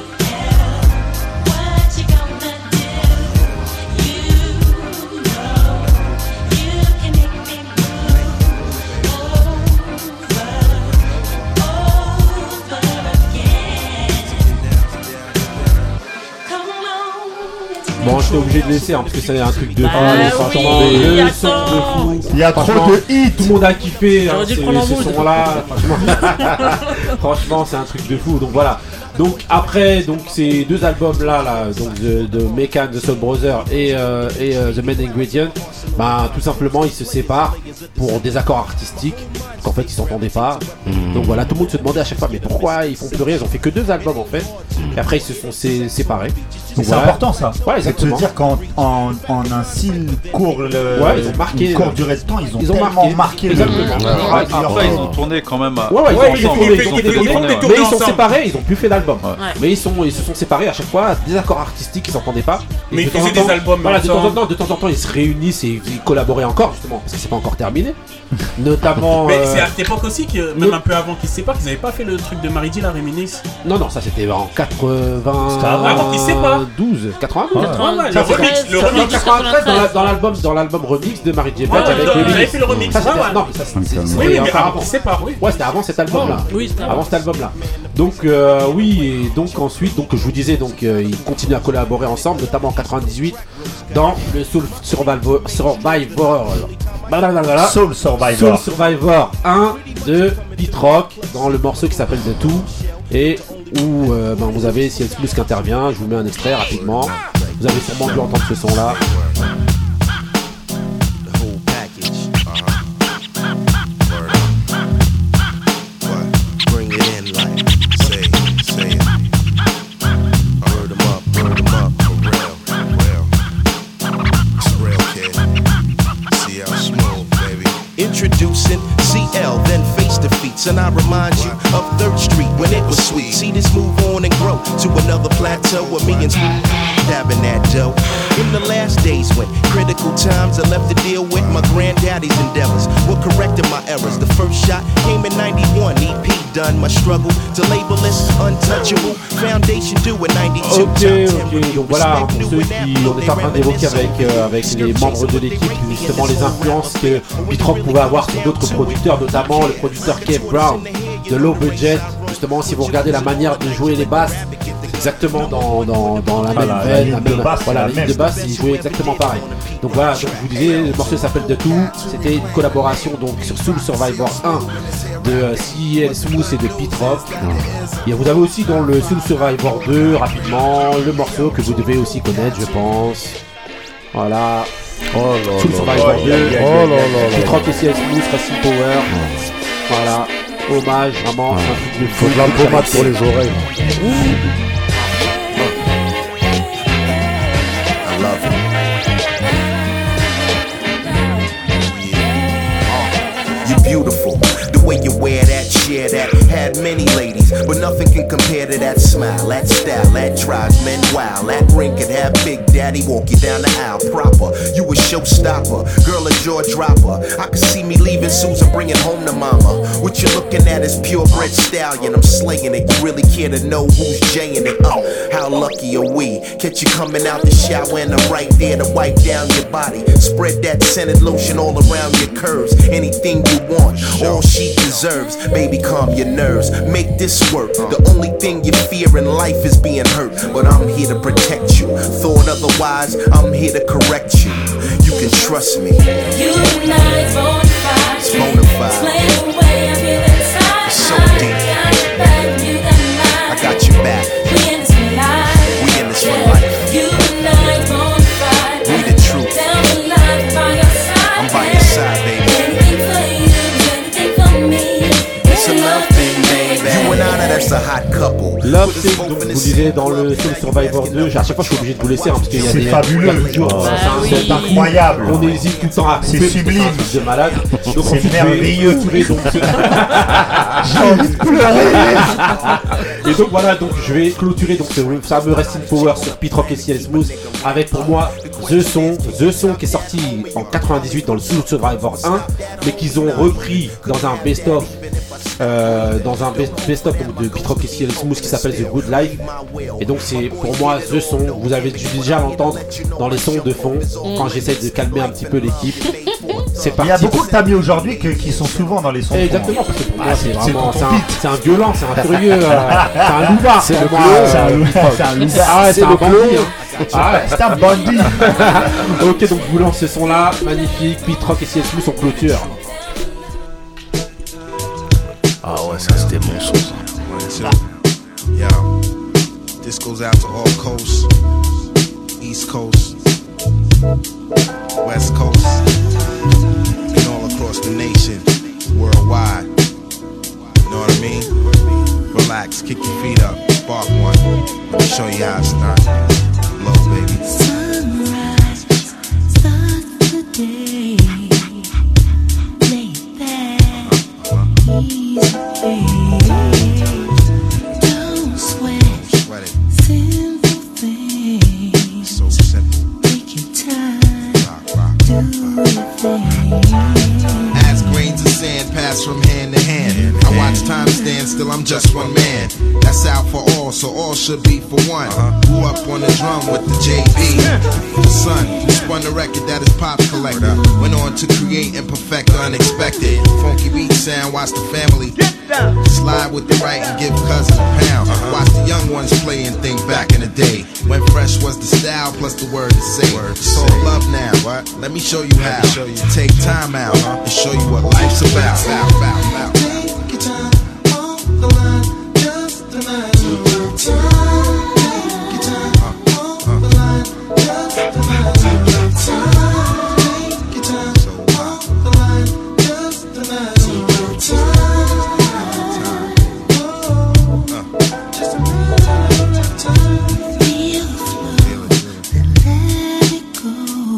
Bon, j'étais obligé de laisser parce que c'est un truc de fou. Franchement, il y a trop de hits. Tout le monde a kiffé J'aurais dû ce prendre en mood. son-là. Franchement, c'est un truc de fou. Donc voilà. Donc après, ces deux albums là, donc de Mekan, The Soul Brother et The Main Ingredient, tout simplement ils se séparent pour désaccords artistiques. Parce qu'en fait ils s'entendaient pas. Donc voilà, tout le monde se demandait à chaque fois mais pourquoi ils font plus rien. Ils ont fait que 2 albums en fait. Et après ils se sont séparés. Mais c'est important ça. Ouais, exactement. C'est de se dire qu'en un si court ils ont marqué court durée de temps, ils ont tellement marqué. Exactement. Après ils ont tourné quand même. Ils sont séparés, ils ont plus fait d'album. Mais ils se sont séparés à chaque fois, désaccords artistiques, ils s'entendaient pas. Mais ils faisaient des albums. Voilà, de temps en temps ils se réunissent et ils collaboraient encore justement parce que c'est pas encore terminé. Notamment. Mais c'est à cette époque aussi que même un peu avant qu'ils se séparent, qu'ils avaient pas fait le truc de Mary J, la Reminisce. Non, ça c'était en 80. Avant qu'ils se séparent. 92. Le remix 93 dans l'album remix de Mary J. Blige avec Vous avez fait le remix. Non, mais ça c'était avant. Ouais, c'était avant cet album là. Oui, c'était avant cet album là. Donc et donc ensuite je vous disais ils continuent à collaborer ensemble, notamment en 98 dans le Soul Survivor. Soul Survivor 1 de Pete Rock dans le morceau qui s'appelle The Two et où vous avez CL Smooth qui intervient. Je vous mets un extrait rapidement. Vous avez sûrement dû entendre ce son là. Introducing CL, then face defeats, and I remind you of 3rd Street when it was sweet. See this move on and grow to another plateau where me and dabbing that dough. In the last days when critical times I left to deal with my granddaddy's endeavors, were correcting my errors. The first shot came in 91, EP done. My struggle to label this untouchable. Foundation due in 92. Ok, donc voilà, pour ceux on est en train d'évoquer avec les membres de l'équipe justement les influences que Pete Rock pouvait avoir sur d'autres producteurs, notamment le producteur Kev Brown de Low Budget. Justement, si vous regardez la manière de jouer les basses, exactement dans la même veine, la ligne de basse, il jouait exactement pareil. Donc voilà, donc je vous disais, le morceau s'appelle The Two, c'était une collaboration donc sur Soul Survivor 1 de CL Smooth et de Pete Rock. Et vous avez aussi dans le Soul Survivor 2, rapidement, le morceau que vous devez aussi connaître, je pense. Voilà. Soul Survivor 2, Pete Rock et CL Smooth, Racing Power. Voilà, hommage, vraiment, un truc de fou. Faut de la pommade pour les oreilles. Beautiful, the way you wear that, share that, had many ladies, but nothing can compare to that smile, that style, that drives men wild. That ring could have Big Daddy walk you down the aisle proper. You a showstopper, girl a jaw dropper. I could see me leaving Susan, bringing home to mama. What you looking at is purebred stallion. I'm slaying it. You really care to know who's jaying it? How lucky are we? Catch you coming out the shower and I'm right there to wipe down your body. Spread that scented lotion all around your curves. Anything you want, all she deserves. Baby, calm your nerves, make this work. The only thing you fear in life is being hurt, but I'm here to protect you. Thought otherwise, I'm here to correct you. You can trust me. You and I is bonafide. It's bonafide. Explain the way I feel inside. It's so deep. I got your back. We in this for life. We in this for life. You and I is bonafide. We the truth. Tell me life by your side. I'm by your side, baby. Anything for you, anything for me. It's a love thing, baby. You and I, that's a hot couple. Love Thing, donc vous disiez dans le Soul Survivor 2, à chaque fois je suis obligé de vous laisser parce qu'il y a c'est des fabuleux, c'est incroyable. On hésite tout le temps à couper, c'est sublime, de malade. Donc c'est merveilleux. Et donc voilà, donc je vais clôturer donc ce fameux Resting Power sur Pete Rock et CL Smooth avec pour moi The Song qui est sorti en 98 dans le Soul Survivor 1, mais qu'ils ont repris dans un best-of donc, de Pete Rock et CL Smooth qui s'appelle The Good Life. Et donc c'est pour moi The Song. Vous avez dû déjà l'entendre dans les sons de fond quand j'essaie de calmer un petit peu l'équipe. C'est parti. Il y a beaucoup de tamis aujourd'hui qui sont souvent dans les sons. Exactement, parce que pour moi c'est vraiment c'est un violent, c'est un furieux, c'est un loupard. C'est un loupard. Ah ouais, c'est un bandit. Ah ouais, c'est un bandit. Ok, donc vous lancez ce son là, magnifique. Pete Rock et CL Smooth en clôture. Ah ouais, ça c'était mon son ça. Yo, this goes out to all coasts, East Coast, West Coast, and all across the nation, worldwide. You know what I mean? Relax, kick your feet up, spark one. Let me show you how it's done. Low, baby. Sunrise starts the day. Lay back, easy. Don't sweat it. Simple things. So simple. Take your time. Do your thing. As grains of sand pass from hand to hand, I watch time stand still, I'm just one man. That's out for all, so all should be for one. Grew up on the drum with the JB, the son who spun the record that his pops collected. Went on to create and perfect the unexpected. Funky beat sound, watch the family slide with the right and give cousin a pound. Watch the young ones play and think back in the day when fresh was the style plus the word to say. It's all love now. Let me show you how. Take time out and show you what life's about. Take your time on the line, just a line. Take your time. Take your time on the line, just a line. Take your time. Take your time on the line, just a line. Take your time. Just a matter of time. Feel the flow and let it go.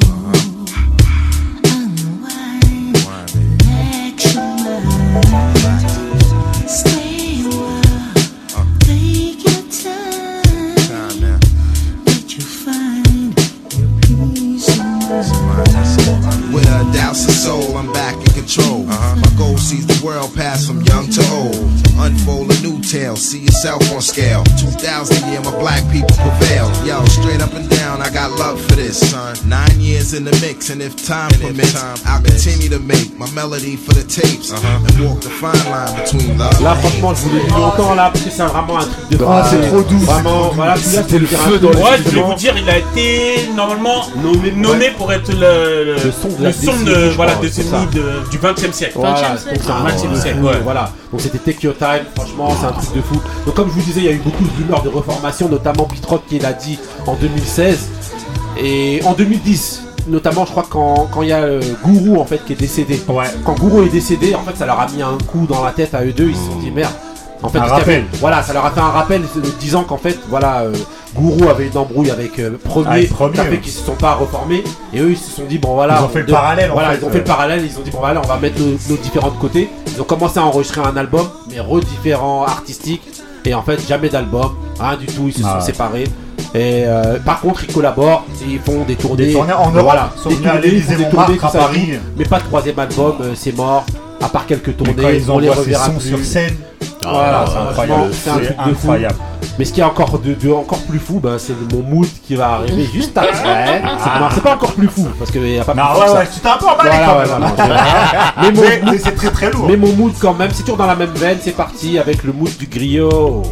Unwind, relax your mind. Stay a while, take your time. Let you find your peace of mind. With a douse of soul, I'm back in control. My goal sees the world pass from young to old. Unfold a new tale, see yourself on scale. 2000 year, my black people prevail. Yo, straight up and down, I got love for this, son. 9 years in the mix, and if time permits, I'll continue to make my melody for the tapes and walk the fine line between love. Là, franchement, je vous l'ai dit longtemps là, parce que c'est vraiment un truc de. Ah, c'est trop doux. Vraiment, voilà, c'était le feu dans les. Ouais, je vais vous dire, il a été normalement nommé pour être le son de voilà décennie du 20e siècle. Voilà, c'est un 20e siècle. Voilà. Donc c'était Take Your Time, franchement, c'est un truc de fou. Donc comme je vous disais, il y a eu beaucoup de rumeurs de reformation, notamment Pete Rock qui l'a dit en 2016 et en 2010. Notamment, je crois quand il y a Guru en fait qui est décédé. Ouais. Quand Guru est décédé, en fait, ça leur a mis un coup dans la tête à eux deux. Ils se sont dit merde. En fait, voilà, ça leur a fait un rappel disant qu'en fait, voilà, Guru avait une embrouille avec Premier, qui a fait qu'ils se sont pas reformés. Et eux, ils se sont dit bon voilà, ils ont fait le parallèle. Voilà, ils ont fait le parallèle. Ils ont dit bon voilà, on va mettre nos différents côtés. Ils ont commencé à enregistrer un album, mais différents artistiques. Et en fait, jamais d'album, rien du tout. Ils se sont séparés. Et par contre, ils collaborent et ils font des tournées. Des tournées en Europe. Voilà, des tournées à Paris. Mais pas de troisième album, c'est mort. À part quelques tournées, on les reverra plus sur scène. Voilà, c'est un truc de fou. Mais ce qui est encore plus fou, bah, c'est mon mood qui va arriver juste après. Non, c'est pas encore plus fou parce qu'il n'y a pas plus fou que ça. Tu t'es un peu emballé quand même. Mais c'est très très lourd. Mais mon mood quand même, c'est toujours dans la même veine. C'est parti avec le mood du griot.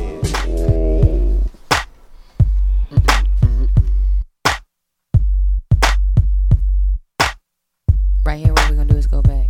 Right here, what we're gonna do is go back.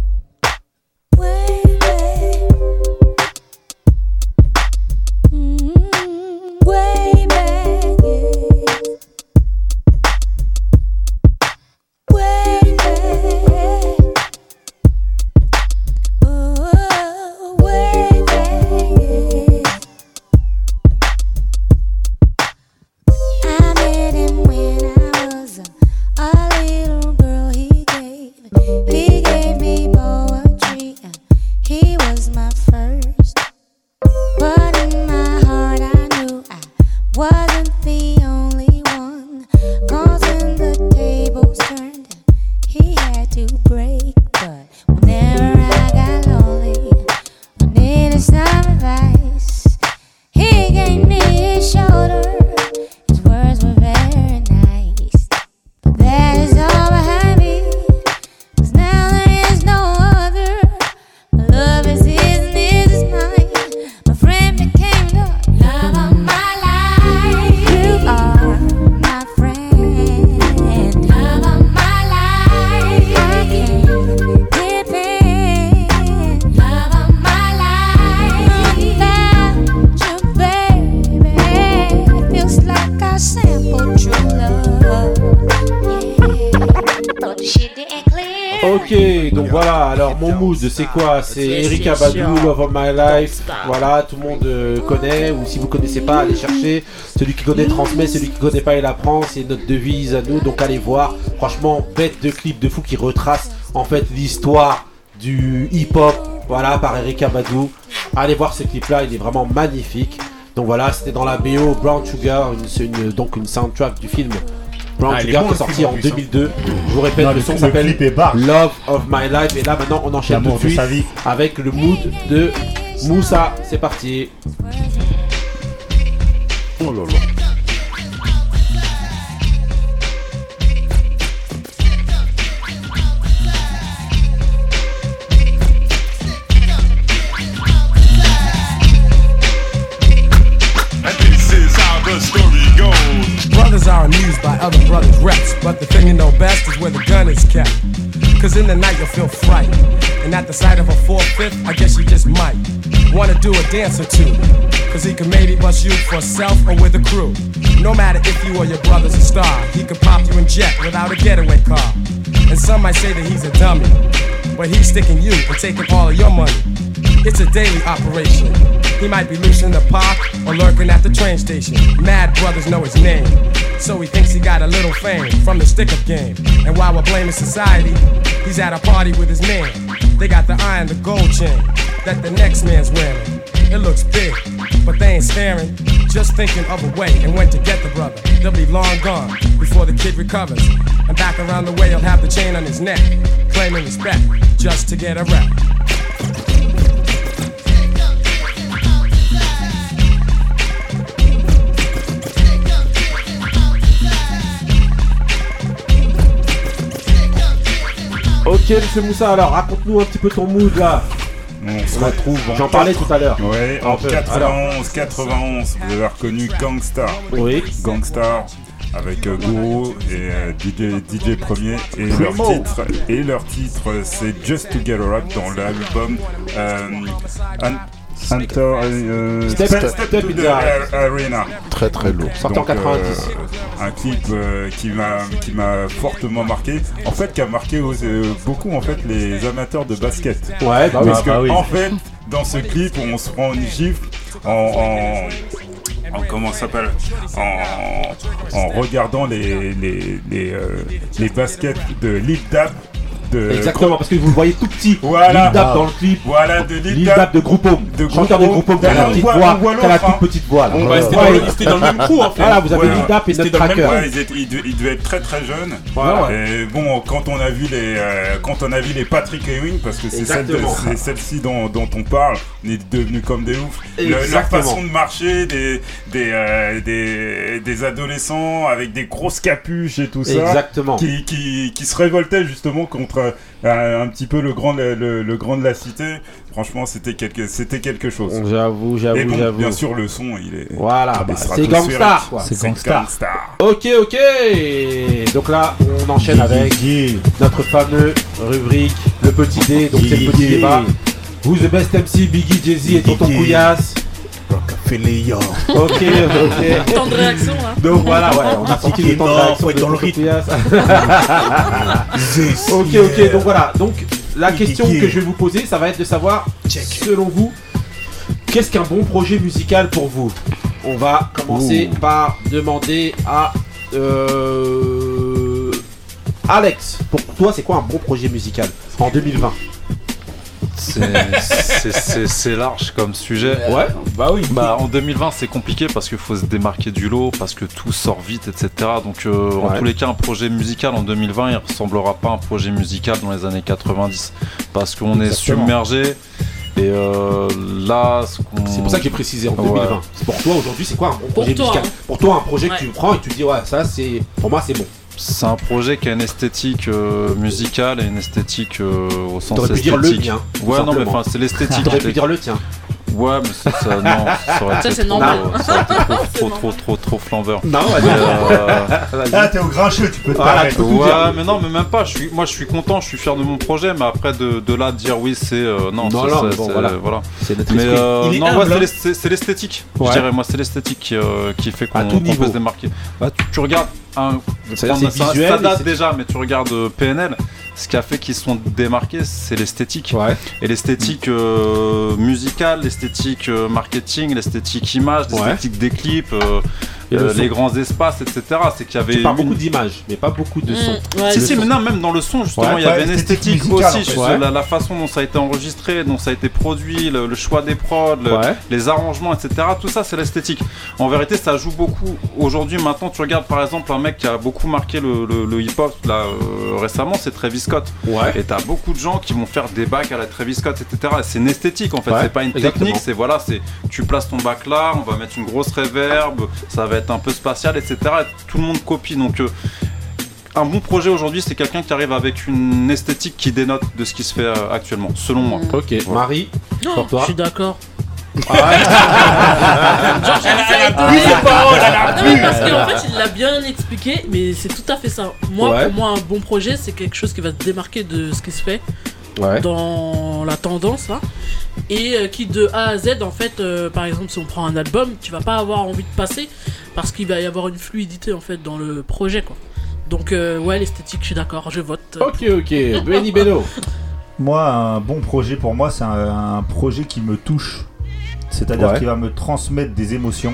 mon mood, c'est quoi? C'est Erykah Badu, Love of My Life. Voilà, tout le monde connaît. Ou si vous connaissez pas, allez chercher. Celui qui connaît transmet, celui qui connaît pas il apprend. C'est notre devise à nous, donc allez voir. Franchement, bête de clip de fou qui retrace en fait l'histoire du hip-hop. Voilà, par Erykah Badu. Allez voir ce clip-là, il est vraiment magnifique. Donc voilà, c'était dans la BO Brown Sugar, donc une soundtrack du film Brown Sugar qui est sorti en 2002. Je vous répète, le son s'appelle Love of My Life. Et là maintenant on enchaîne tout de suite avec le mood de Moussa. C'est parti. Oh là là. Brothers are amused by other brothers' reps, but the thing you know best is where the gun is kept. Cause in the night you'll feel fright, and at the sight of a 4/5, I guess you just might wanna do a dance or two. Cause he can maybe bust you for self or with a crew. No matter if you or your brother's a star, he could pop you in jet without a getaway car. And some might say that he's a dummy, but he's sticking you and taking all of your money. It's a daily operation. He might be loose in the park or lurking at the train station. Mad brothers know his name, so he thinks he got a little fame from the stick-up game. And while we're blaming society, he's at a party with his man. They got the eye and the gold chain that the next man's wearing. It looks big, but they ain't staring, just thinking of a way and when to get the brother. They'll be long gone before the kid recovers, and back around the way he'll have the chain on his neck, claiming respect just to get a rep. Ok, monsieur Moussa, alors raconte-nous un petit peu ton mood là. On se retrouve. J'en parlais tout à l'heure. Oui, en 91, vous avez reconnu Gangstar. Oui. Gangstar avec Guru et DJ Premier et leur titre c'est Just to Get a Rap dans l'album Step to the Arena. Très très lourd. Sorti en 90. Un clip qui m'a fortement marqué. En fait, qui a marqué beaucoup en fait les amateurs de basket. Ouais, bah parce que oui. En fait, dans ce clip, on se prend une gifle en comment ça s'appelle en regardant les baskets de Lil Dap. Exactement, parce que vous le voyez tout petit. Voilà. Lil Dap dans le clip. Voilà, de Lil Dap de Groupe Home. Chanteur de Groupe Home, qui a la petite voix, qui a la toute petite voix. C'était dans le même coup en fait. Voilà, vous avez Lil Dap et notre tracker. Il devait être très très jeune. Et bon, quand on a vu les Patrick Ewing, parce que c'est celle-ci dont on parle, on est devenus comme des oufs. Leur façon de marcher, des adolescents avec des grosses capuches et tout ça. Exactement. Qui se révoltaient justement contre un petit peu le grand de la cité. Franchement, c'était quelque chose. J'avoue. Bien sûr, le son, il est. Voilà, c'est Gangstar, quoi. C'est Gangstar. Ok. Donc là, on enchaîne avec notre fameux rubrique, le petit dé. Donc c'est le petit débat. Who's the best MC, Biggie, Jay-Z et Tonton Couillasse. Rockefeller. Ok. Temps de réaction là. Donc voilà, on a senti les temps de réaction dans le rythme. Ok, donc voilà. Donc la question que je vais vous poser, ça va être de savoir, selon vous, qu'est-ce qu'un bon projet musical pour vous? On va commencer par demander à Alex. Pour toi, c'est quoi un bon projet musical en 2020? C'est large comme sujet. Ouais, bah oui. En 2020 c'est compliqué parce qu'il faut se démarquer du lot, parce que tout sort vite, etc. Donc en tous les cas, un projet musical en 2020 il ressemblera pas à un projet musical dans les années 90 parce qu'on est submergé. Et là, c'est pour ça que j'ai précisé en 2020. Pour toi aujourd'hui, c'est quoi un bon projet musical? Pour toi, un projet que tu prends et tu dis ça, c'est pour moi, c'est bon. C'est un projet qui a une esthétique musicale et une esthétique au sens esthétique. T'aurais pu dire le mien. Ouais, non, mais enfin, c'est l'esthétique. T'aurais pu dire le tien. Ouais, mais ça aurait été trop flambeur. Non, là, t'es au grincheux, tu peux te permettre. Ouais, mais non, mais même pas. Moi, je suis content, je suis fier de mon projet, mais après, de là, dire oui, c'est. Voilà. C'est notre esprit. Non, c'est l'esthétique. Je dirais, moi, c'est l'esthétique qui fait qu'on peut se démarquer. Tu regardes ça date déjà, mais tu regardes PNL, ce qui a fait qu'ils se sont démarqués, c'est l'esthétique. Et l'esthétique musicale, l'esthétique marketing, l'esthétique image, l'esthétique des clips, les grands espaces, etc. C'est qu'il y avait. Tu parles beaucoup d'images, mais pas beaucoup de sons. Si, mais non, même dans le son, justement, il y avait une esthétique aussi. La façon dont ça a été enregistré, dont ça a été produit, le choix des prods, les arrangements, etc. Tout ça, c'est l'esthétique. En vérité, ça joue beaucoup. Aujourd'hui, maintenant, tu regardes par exemple un mec qui a beaucoup marqué le hip-hop récemment, c'est Travis Scott. Et t'as beaucoup de gens qui vont faire des bacs à la Travis Scott, etc. C'est une esthétique en fait, c'est pas une technique. C'est tu places ton bac là, on va mettre une grosse reverb, ça va être un peu spatial, etc. Et tout le monde copie. Donc un bon projet aujourd'hui, c'est quelqu'un qui arrive avec une esthétique qui dénote de ce qui se fait actuellement, selon moi. Ok, Marie, pour toi. Je suis d'accord. Parce qu'en fait il l'a bien expliqué, mais c'est tout à fait ça. Pour moi un bon projet c'est quelque chose qui va se démarquer de ce qui se fait dans la tendance là, et qui de A à Z en fait, par exemple si on prend un album, tu vas pas avoir envie de passer parce qu'il va y avoir une fluidité en fait dans le projet quoi. Donc l'esthétique, je suis d'accord, je vote. Ok, Benny Beno. Moi un bon projet pour moi c'est un projet qui me touche. C'est-à-dire qu'il va me transmettre des émotions,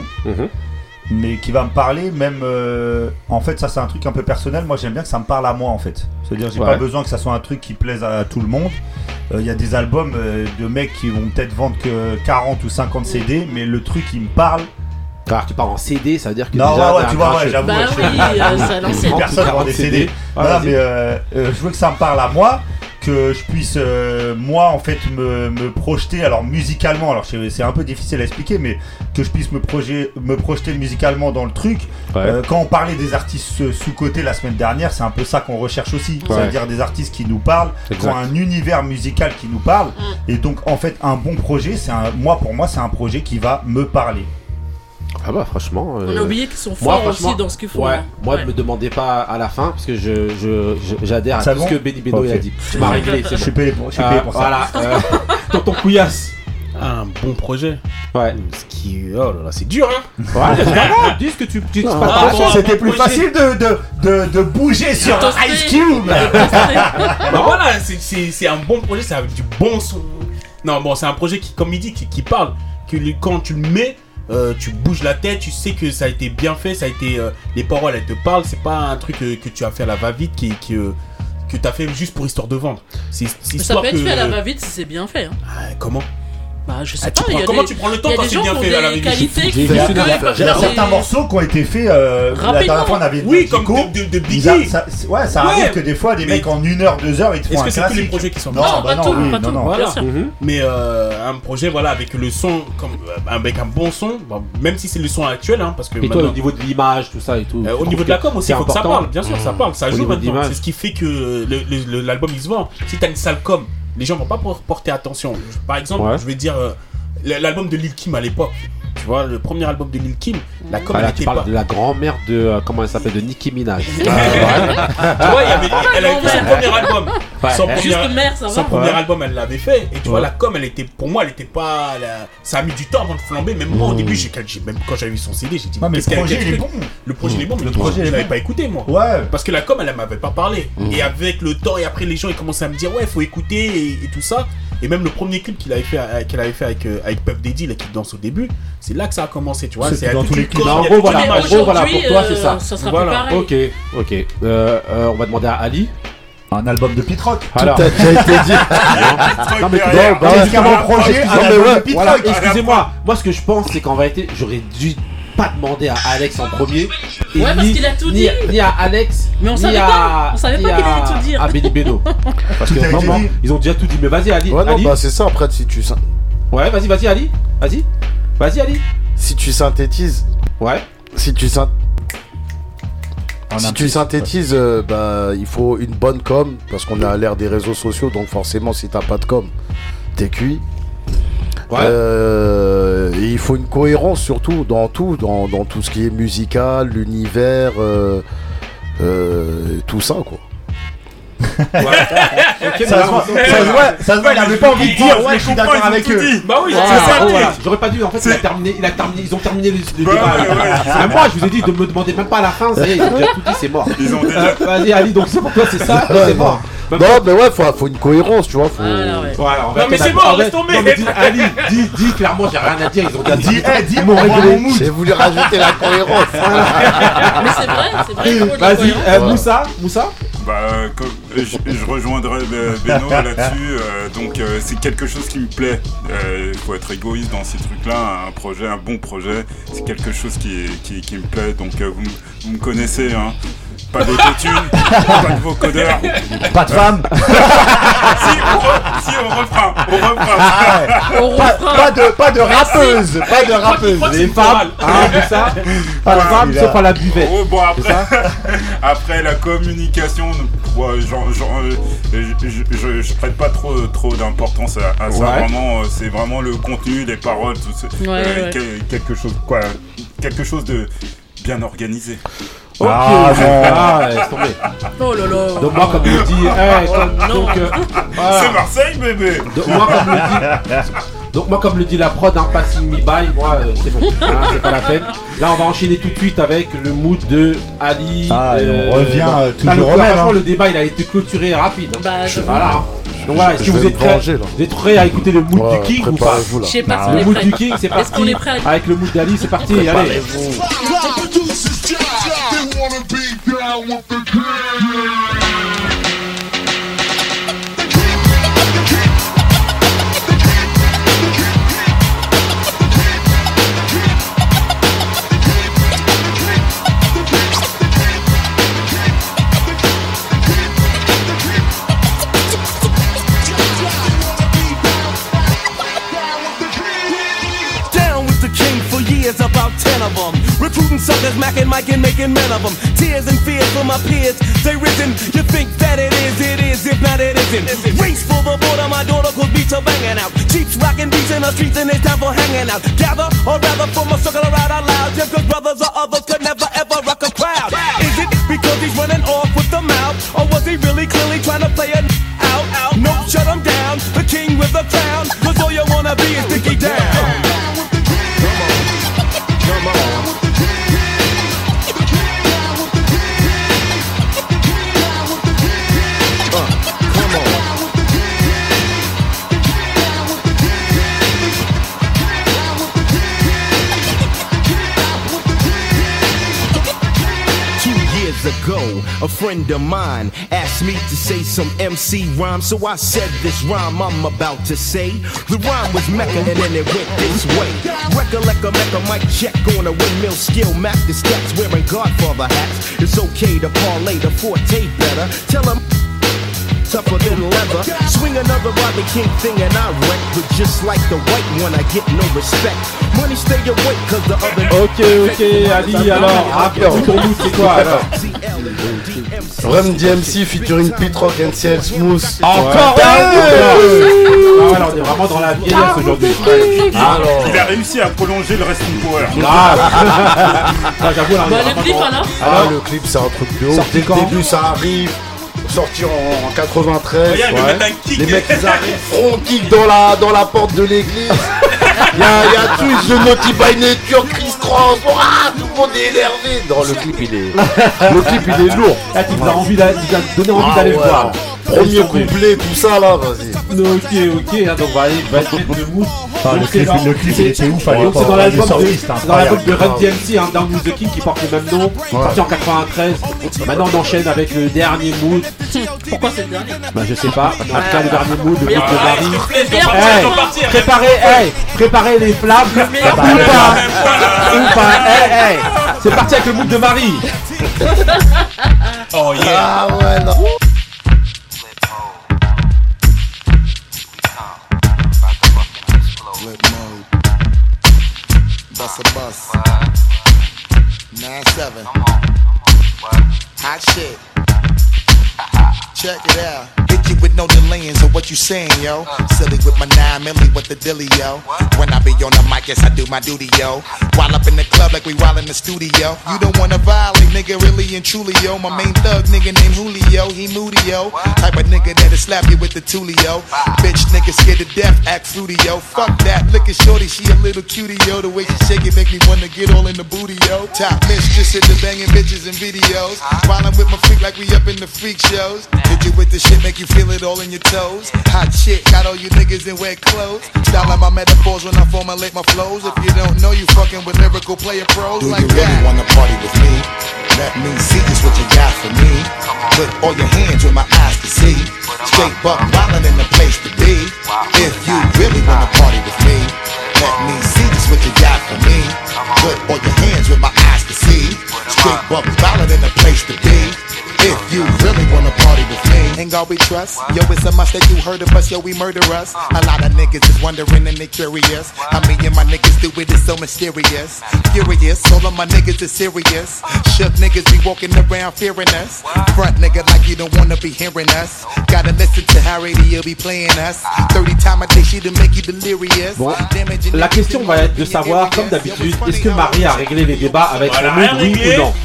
mais qui va me parler même... en fait, ça c'est un truc un peu personnel. Moi, j'aime bien que ça me parle à moi, en fait. C'est-à-dire j'ai pas besoin que ça soit un truc qui plaise à tout le monde. Il y a des albums de mecs qui vont peut-être vendre que 40 ou 50 CD, mais le truc, il me parle. Car tu pars en CD, ça veut dire que non, déjà... tu vois, j'avoue. Ça lance personne vend des CD. Voilà, mais je veux que ça me parle à moi. Que je puisse moi en fait me projeter, alors musicalement, alors c'est un peu difficile à expliquer, mais que je puisse me projeter musicalement dans le truc. Quand on parlait des artistes sous-cotés la semaine dernière, c'est un peu ça qu'on recherche aussi, c'est-à-dire des artistes qui nous parlent, qui ont un univers musical qui nous parle, et donc en fait un bon projet, pour moi c'est un projet qui va me parler. Ah bah franchement... On a oublié qu'ils sont forts aussi dans ce qu'ils font. Moi ne me demandez pas à la fin parce que j'adhère à tout ce que Benny Beno a dit. Tu m'as réglé, c'est bon. Je suis payé pour ça. Voilà, tonton Couillasse. Un bon projet. Ce qui... Oh là là, c'est dur hein. Dis ce que tu c'était plus facile de bouger sur Ice Cube. Voilà, c'est un bon projet, c'est du bon son. Non bon, c'est un projet qui, comme il dit, qui parle. Que quand tu le mets, tu bouges la tête, tu sais que ça a été bien fait, ça a été les paroles elles te parlent, c'est pas un truc que tu as fait à la va-vite que tu as fait juste pour histoire de vendre. Ça peut être fait à la va-vite si c'est bien fait. Comment? Bah je sais pas. Comment tu prends le temps quand c'est bien fait à la va-vite? Il y a certains morceaux qui ont été faits la dernière fois on avait comme de Biggie. Ça arrive que des fois des mecs en 1 heure, 2 heures ils te font un classique. Est-ce que c'est tous les projets qui sont non, voilà. Mais un projet avec le son avec un bon son, même si c'est le son actuel parce que et toi au niveau de l'image tout ça et tout. Au niveau de la com aussi, il faut que ça parle, bien sûr ça parle, ça joue maintenant. C'est ce qui fait que l'album il se vend. Si t'as une sale com, les gens vont pas porter attention. Par exemple, je vais dire l'album de Lil Kim à l'époque. Tu vois, le premier album de Lil Kim, la com elle était pas. Tu parles de la grand-mère de comment elle s'appelle, de Nicki Minaj. Tu vois, elle avait fait son premier album. Son premier album, elle l'avait fait. Et tu vois, la com, elle était, pour moi, elle était pas. Ça a mis du temps avant de flamber. Même moi, au début, même quand j'avais vu son CD, j'ai dit. Mais le projet il est bon. Le projet il est bon, mais le projet je l'avais pas écouté moi. Parce que la com, elle m'avait pas parlé. Et avec le temps et après, les gens ils commençaient à me dire faut écouter et tout ça. Et même le premier clip qu'elle avait fait avec Puff Daddy là, qui danse au début, c'est là que ça a commencé, tu vois. C'est dans tous les clips. En gros, voilà, pour toi, c'est ça. Ça sera plus pareil. Ok. On va demander à Ali. Un album de Pit Rock. Alors, tout a déjà été dit. Non mais c'est un bon projet. Voilà, excusez-moi. Moi, ce que je pense, c'est qu'en vérité, j'aurais dû pas demander à Alex en premier. Et parce qu'il a tout dit. Ni à Alex. Mais on savait pas qu'il allait tout dire. À Benny Beno. Parce que vraiment, ils ont déjà tout dit. Mais vas-y, Ali. Ouais, non, bah c'est ça. Après, si tu. Ouais, vas-y, Ali. Vas-y, Ali. Si tu synthétises. Ouais. Si tu synthétises, il faut une bonne com. Parce qu'on est à l'ère des réseaux sociaux. Donc forcément, si t'as pas de com, t'es cuit. Et il faut une cohérence surtout dans tout ce qui est musical, l'univers, tout ça quoi. Ça se voit, il avait pas envie de dire ouais, je suis d'accord avec eux. Bah oui, c'est ça. J'aurais pas dû. En fait, ils ont terminé le débat. Moi, je vous ai dit de me demander même pas à la fin. Ça y est, ils ont déjà tout dit, c'est mort. Ils ont déjà. Vas-y, Ali, donc c'est pour toi, c'est ça, c'est mort. Non, mais ouais, faut une cohérence, tu vois. Voilà, non, mais c'est mort, laisse tomber. Ali, dis clairement, j'ai rien à dire. Ils ont dit, mon règlement. J'ai voulu rajouter la cohérence. Mais c'est vrai. Vas-y, Moussa. Bah, je rejoindrai Beno là-dessus. Donc, c'est quelque chose qui me plaît. Il faut être égoïste dans ces trucs-là. Un bon projet, c'est quelque chose qui me plaît. Donc, vous me connaissez, hein. Pas d'autotune, pas de vocodeur. Pas de femme. Si, au refrain. Pas de rappeuse. Pas de rappeuse. Les femmes, ça. Pas de femme, sauf à la buvette. Bon, après la communication, je prête pas trop d'importance à ça. Vraiment, c'est vraiment le contenu, les paroles, tout ça. Quelque chose de bien organisé. Ok, laisse tomber. Oh là là. Donc moi, comme je dis, c'est Marseille, bébé. Donc moi, comme le dit la prod, passing me by, moi c'est bon, c'est pas la peine. Là, on va enchaîner tout de suite avec le mood de Ali. On revient toujours au même. Franchement, le débat, il a été clôturé rapide. Voilà. Donc voilà, est-ce que vous êtes prêts à écouter le mood du King ou pas? Je sais pas si on est Le mood prêt. du King, c'est parti. Est-ce qu'on est prêt? Avec le mood d'Ali, c'est parti. Allez. About 10 of them, recruiting suckers, macking, Mike, and making men of them. Tears and fears for my peers, they risen. You think that it is, if not it isn't. Race for the border, my daughter could beats are banging out. Cheeks rocking beats in the streets and it's time for hanging out. Gather, or rather form a circle around out loud. Just cause brothers or others could never ever rock a crowd. Is it because he's running off with the mouth? Or was he really clearly trying to play it out? No, shut him down, the king with the crown. Cause all you wanna be is Dickie down. Come on. Ago, a friend of mine asked me to say some MC rhyme, so I said this rhyme I'm about to say. The rhyme was Mecca and then it went this way. Recollect a Mecca mic check on a windmill skill, map the stats wearing Godfather hats. It's okay to parlay the forte better. Tell them tougher than leather. Swing another Rodney King thing and I wreck. But just like the white one, I get no respect. Money stay awake cause the other. Ok, Ali, alors, pour nous, c'est quoi alors? Run DMC featuring Pete Rock and CL Smooth. Encore alors, on est vraiment dans la vieillesse aujourd'hui. Il a réussi à prolonger le Resting Power. J'avoue, le clip alors? Le clip, c'est un truc de ouf. Dès le début, ça arrive. Sortir en 93, les mecs ils arrivent, front kick dans la porte de l'église. Il y a tous de Naughty by Nature, Chris Cross, tout le monde est énervé. Non, le clip il est lourd. Là, tu nous as donné envie d'aller le voir. Premier couplet, tout ça là, vas-y. Ok, donc va être de mou. Le clip il était ouf. C'est dans l'album de Run DMC, Down with the King, qui porte le même nom, sorti en 93. Maintenant on enchaîne avec le dernier mood. Pourquoi c'est le dernier? Je sais pas. Après le dernier mood, le mood de Marie. Préparez les flammes. Ou pas. C'est parti avec le mood de Marie. Oh yeah. Ah ouais, non. Bust a bus. 9-7. Hot shit. Check it out. Hit you with no delaying, so what you saying, yo? Silly with my 9 milli with the dilly, yo. When I be on the mic, yes, I do my duty, yo. While up in the club like we while in the studio. You don't wanna violate, nigga, really and truly, yo. My main thug nigga named Julio, he moody, yo. Type of nigga that'll slap you with the tulio. Bitch nigga scared to death, act fruity, yo. Fuck that, look at shorty, she a little cutie, yo. The way she shake it make me wanna get all in the booty, yo. Top mistress at the banging bitches and videos. Wildin' with my freak like we up in the freak shows. Hit you with the shit, make you feel it all in your toes. Hot shit, got all you niggas in wet clothes. Styling my metaphors when I formulate my flows. If you don't know, you fucking with lyrical player pros. Do like you really that. Wanna party with me? Let me see just what you got for me. Put all your hands with my eyes to see. Straight buck wildin' in the place to be. If you really wanna party with me, let me see just what you got for me. Put all your hands with my eyes to see. Straight buck wildin' in the place to be. If you really wanna party with me, ain't God we trust. Yo, it's a must that you heard of us, yo, we murder us. A lot of niggas is wondering and they curious. How me and my niggas do it is so mysterious. Furious, all of my niggas is serious. Shook niggas be walking around fearing us. Front nigga like you don't wanna be hearing us. Gotta listen to how radio be playing us. 30 times a day, she to make you delirious. Bon, la question va être de savoir, comme d'habitude, est-ce que Marie a réglé les débats avec son mood, oui ou non?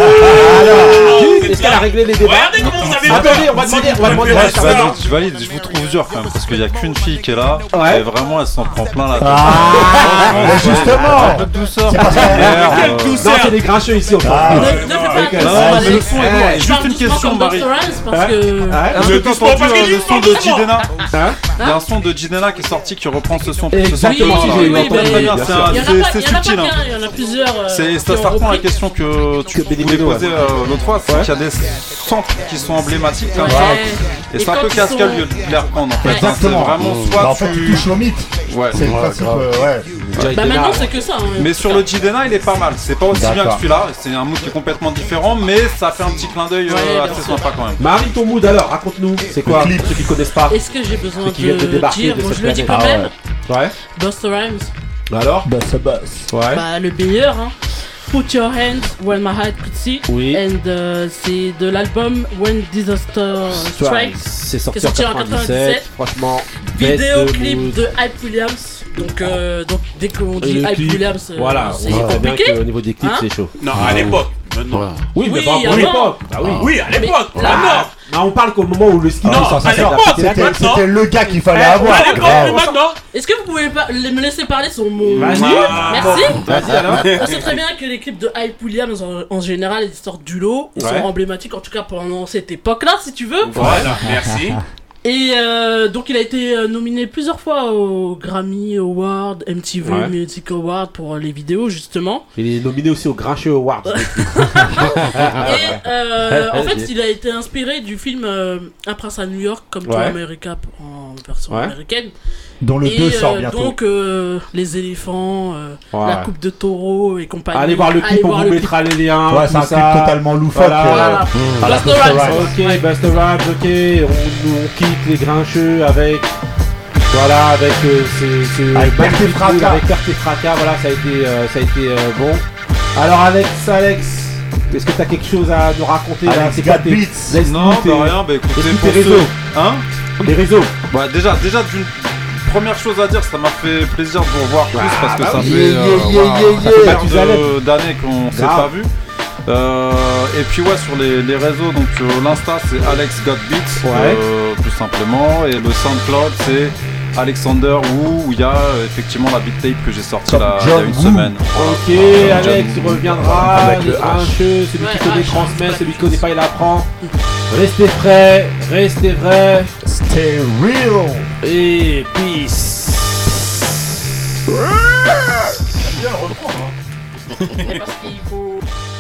Alors, est-ce qu'elle a réglé les débats? Attendez, on va demander à la je valide, je vous trouve dur quand même, parce qu'il n'y a qu'une fille qui est là, et vraiment elle s'en prend plein la tête. Justement, un peu de douceur. Non, c'est des grincheux ici, on s'en fout. Le son est bon. Juste une question, Marie. Vous avez entendu le son de Jidena? Il y a un son de Jidena qui est sorti qui reprend ce son. Oui, très bien. C'est subtil. Il y en a plusieurs. Ça reprend la question que tu voulais poser l'autre fois, c'est qu'il y a des centres qui sont emblématiques comme ça. Et c'est un peu casse-gueule de les reprendre en fait. Exactement. C'est vraiment soit en fait, tu touches au mythe. Ouais, c'est le principe. Bah maintenant c'est que ça. Mais sur le Jidena il est pas mal. C'est pas aussi bien que celui-là. C'est un mood qui est complètement différent, mais ça fait un petit clin d'œil assez sympa quand même. Marie, ton mood alors, raconte-nous. C'est quoi ceux qui connaissent pas? Est-ce que j'ai besoin de dire? Bon, je le dis quand même. Ouais. Busta Rhymes. Alors? Busta Bus. Ouais. Bah le meilleur. Put Your Hands When My Heart Could See. Oui. And c'est de l'album When Disaster Strikes. C'est sorti en 97. Franchement. Vidéoclip de Hype Williams. Donc dès qu'on dit Hype Williams, voilà, c'est compliqué. Au niveau des clips, c'est chaud. Non, à l'époque. Oui, mais pas à l'époque. Oui, à l'époque. Non, on parle qu'au moment où le ski c'était le gars qu'il fallait avoir. Maintenant. Est-ce que vous pouvez me laisser parler sur mon... Merci. Vas-y alors. On sait très bien que les clips de Hype Williams en général ils sortent du lot. Ils sont emblématiques en tout cas pendant cette époque-là si tu veux. Voilà, merci. Et donc il a été nominé plusieurs fois au Grammy Award, MTV Music Award pour les vidéos justement. Il est nominé aussi au Grincheux Award. Et en fait il a été inspiré du film Un prince à New York comme To America en version américaine. Dont le 2 sort bientôt. Donc les éléphants, la coupe de taureau et compagnie. Allez voir le clip, on vous mettra les liens. Ouais, c'est un clip totalement loufoque. Voilà. Ok, Busta Rhymes, ok. On quitte les grincheux avec... Voilà, avec avec Perte et Fracas. Avec Perte et Fracas, voilà, ça a été bon. Alors Alex, est-ce que t'as quelque chose à nous raconter là? C'est pas tes... Non, bah rien, bah écoutez, tes réseaux. Hein? Les réseaux. Bah déjà d'une première chose à dire, ça m'a fait plaisir de vous revoir plus parce que ça fait pas d'années qu'on s'est pas vu. Et puis sur les réseaux, donc l'Insta c'est Alex Got Beats, tout simplement, et le SoundCloud c'est Alexander Wu, où il y a effectivement la beat tape que j'ai sortie il y a une semaine. Ok, Alex reviendra, les grincheux, celui qui connaît transmet, celui qui connaît pas il apprend. Restez frais, restez vrais, stay real et peace. Parce qu'il faut...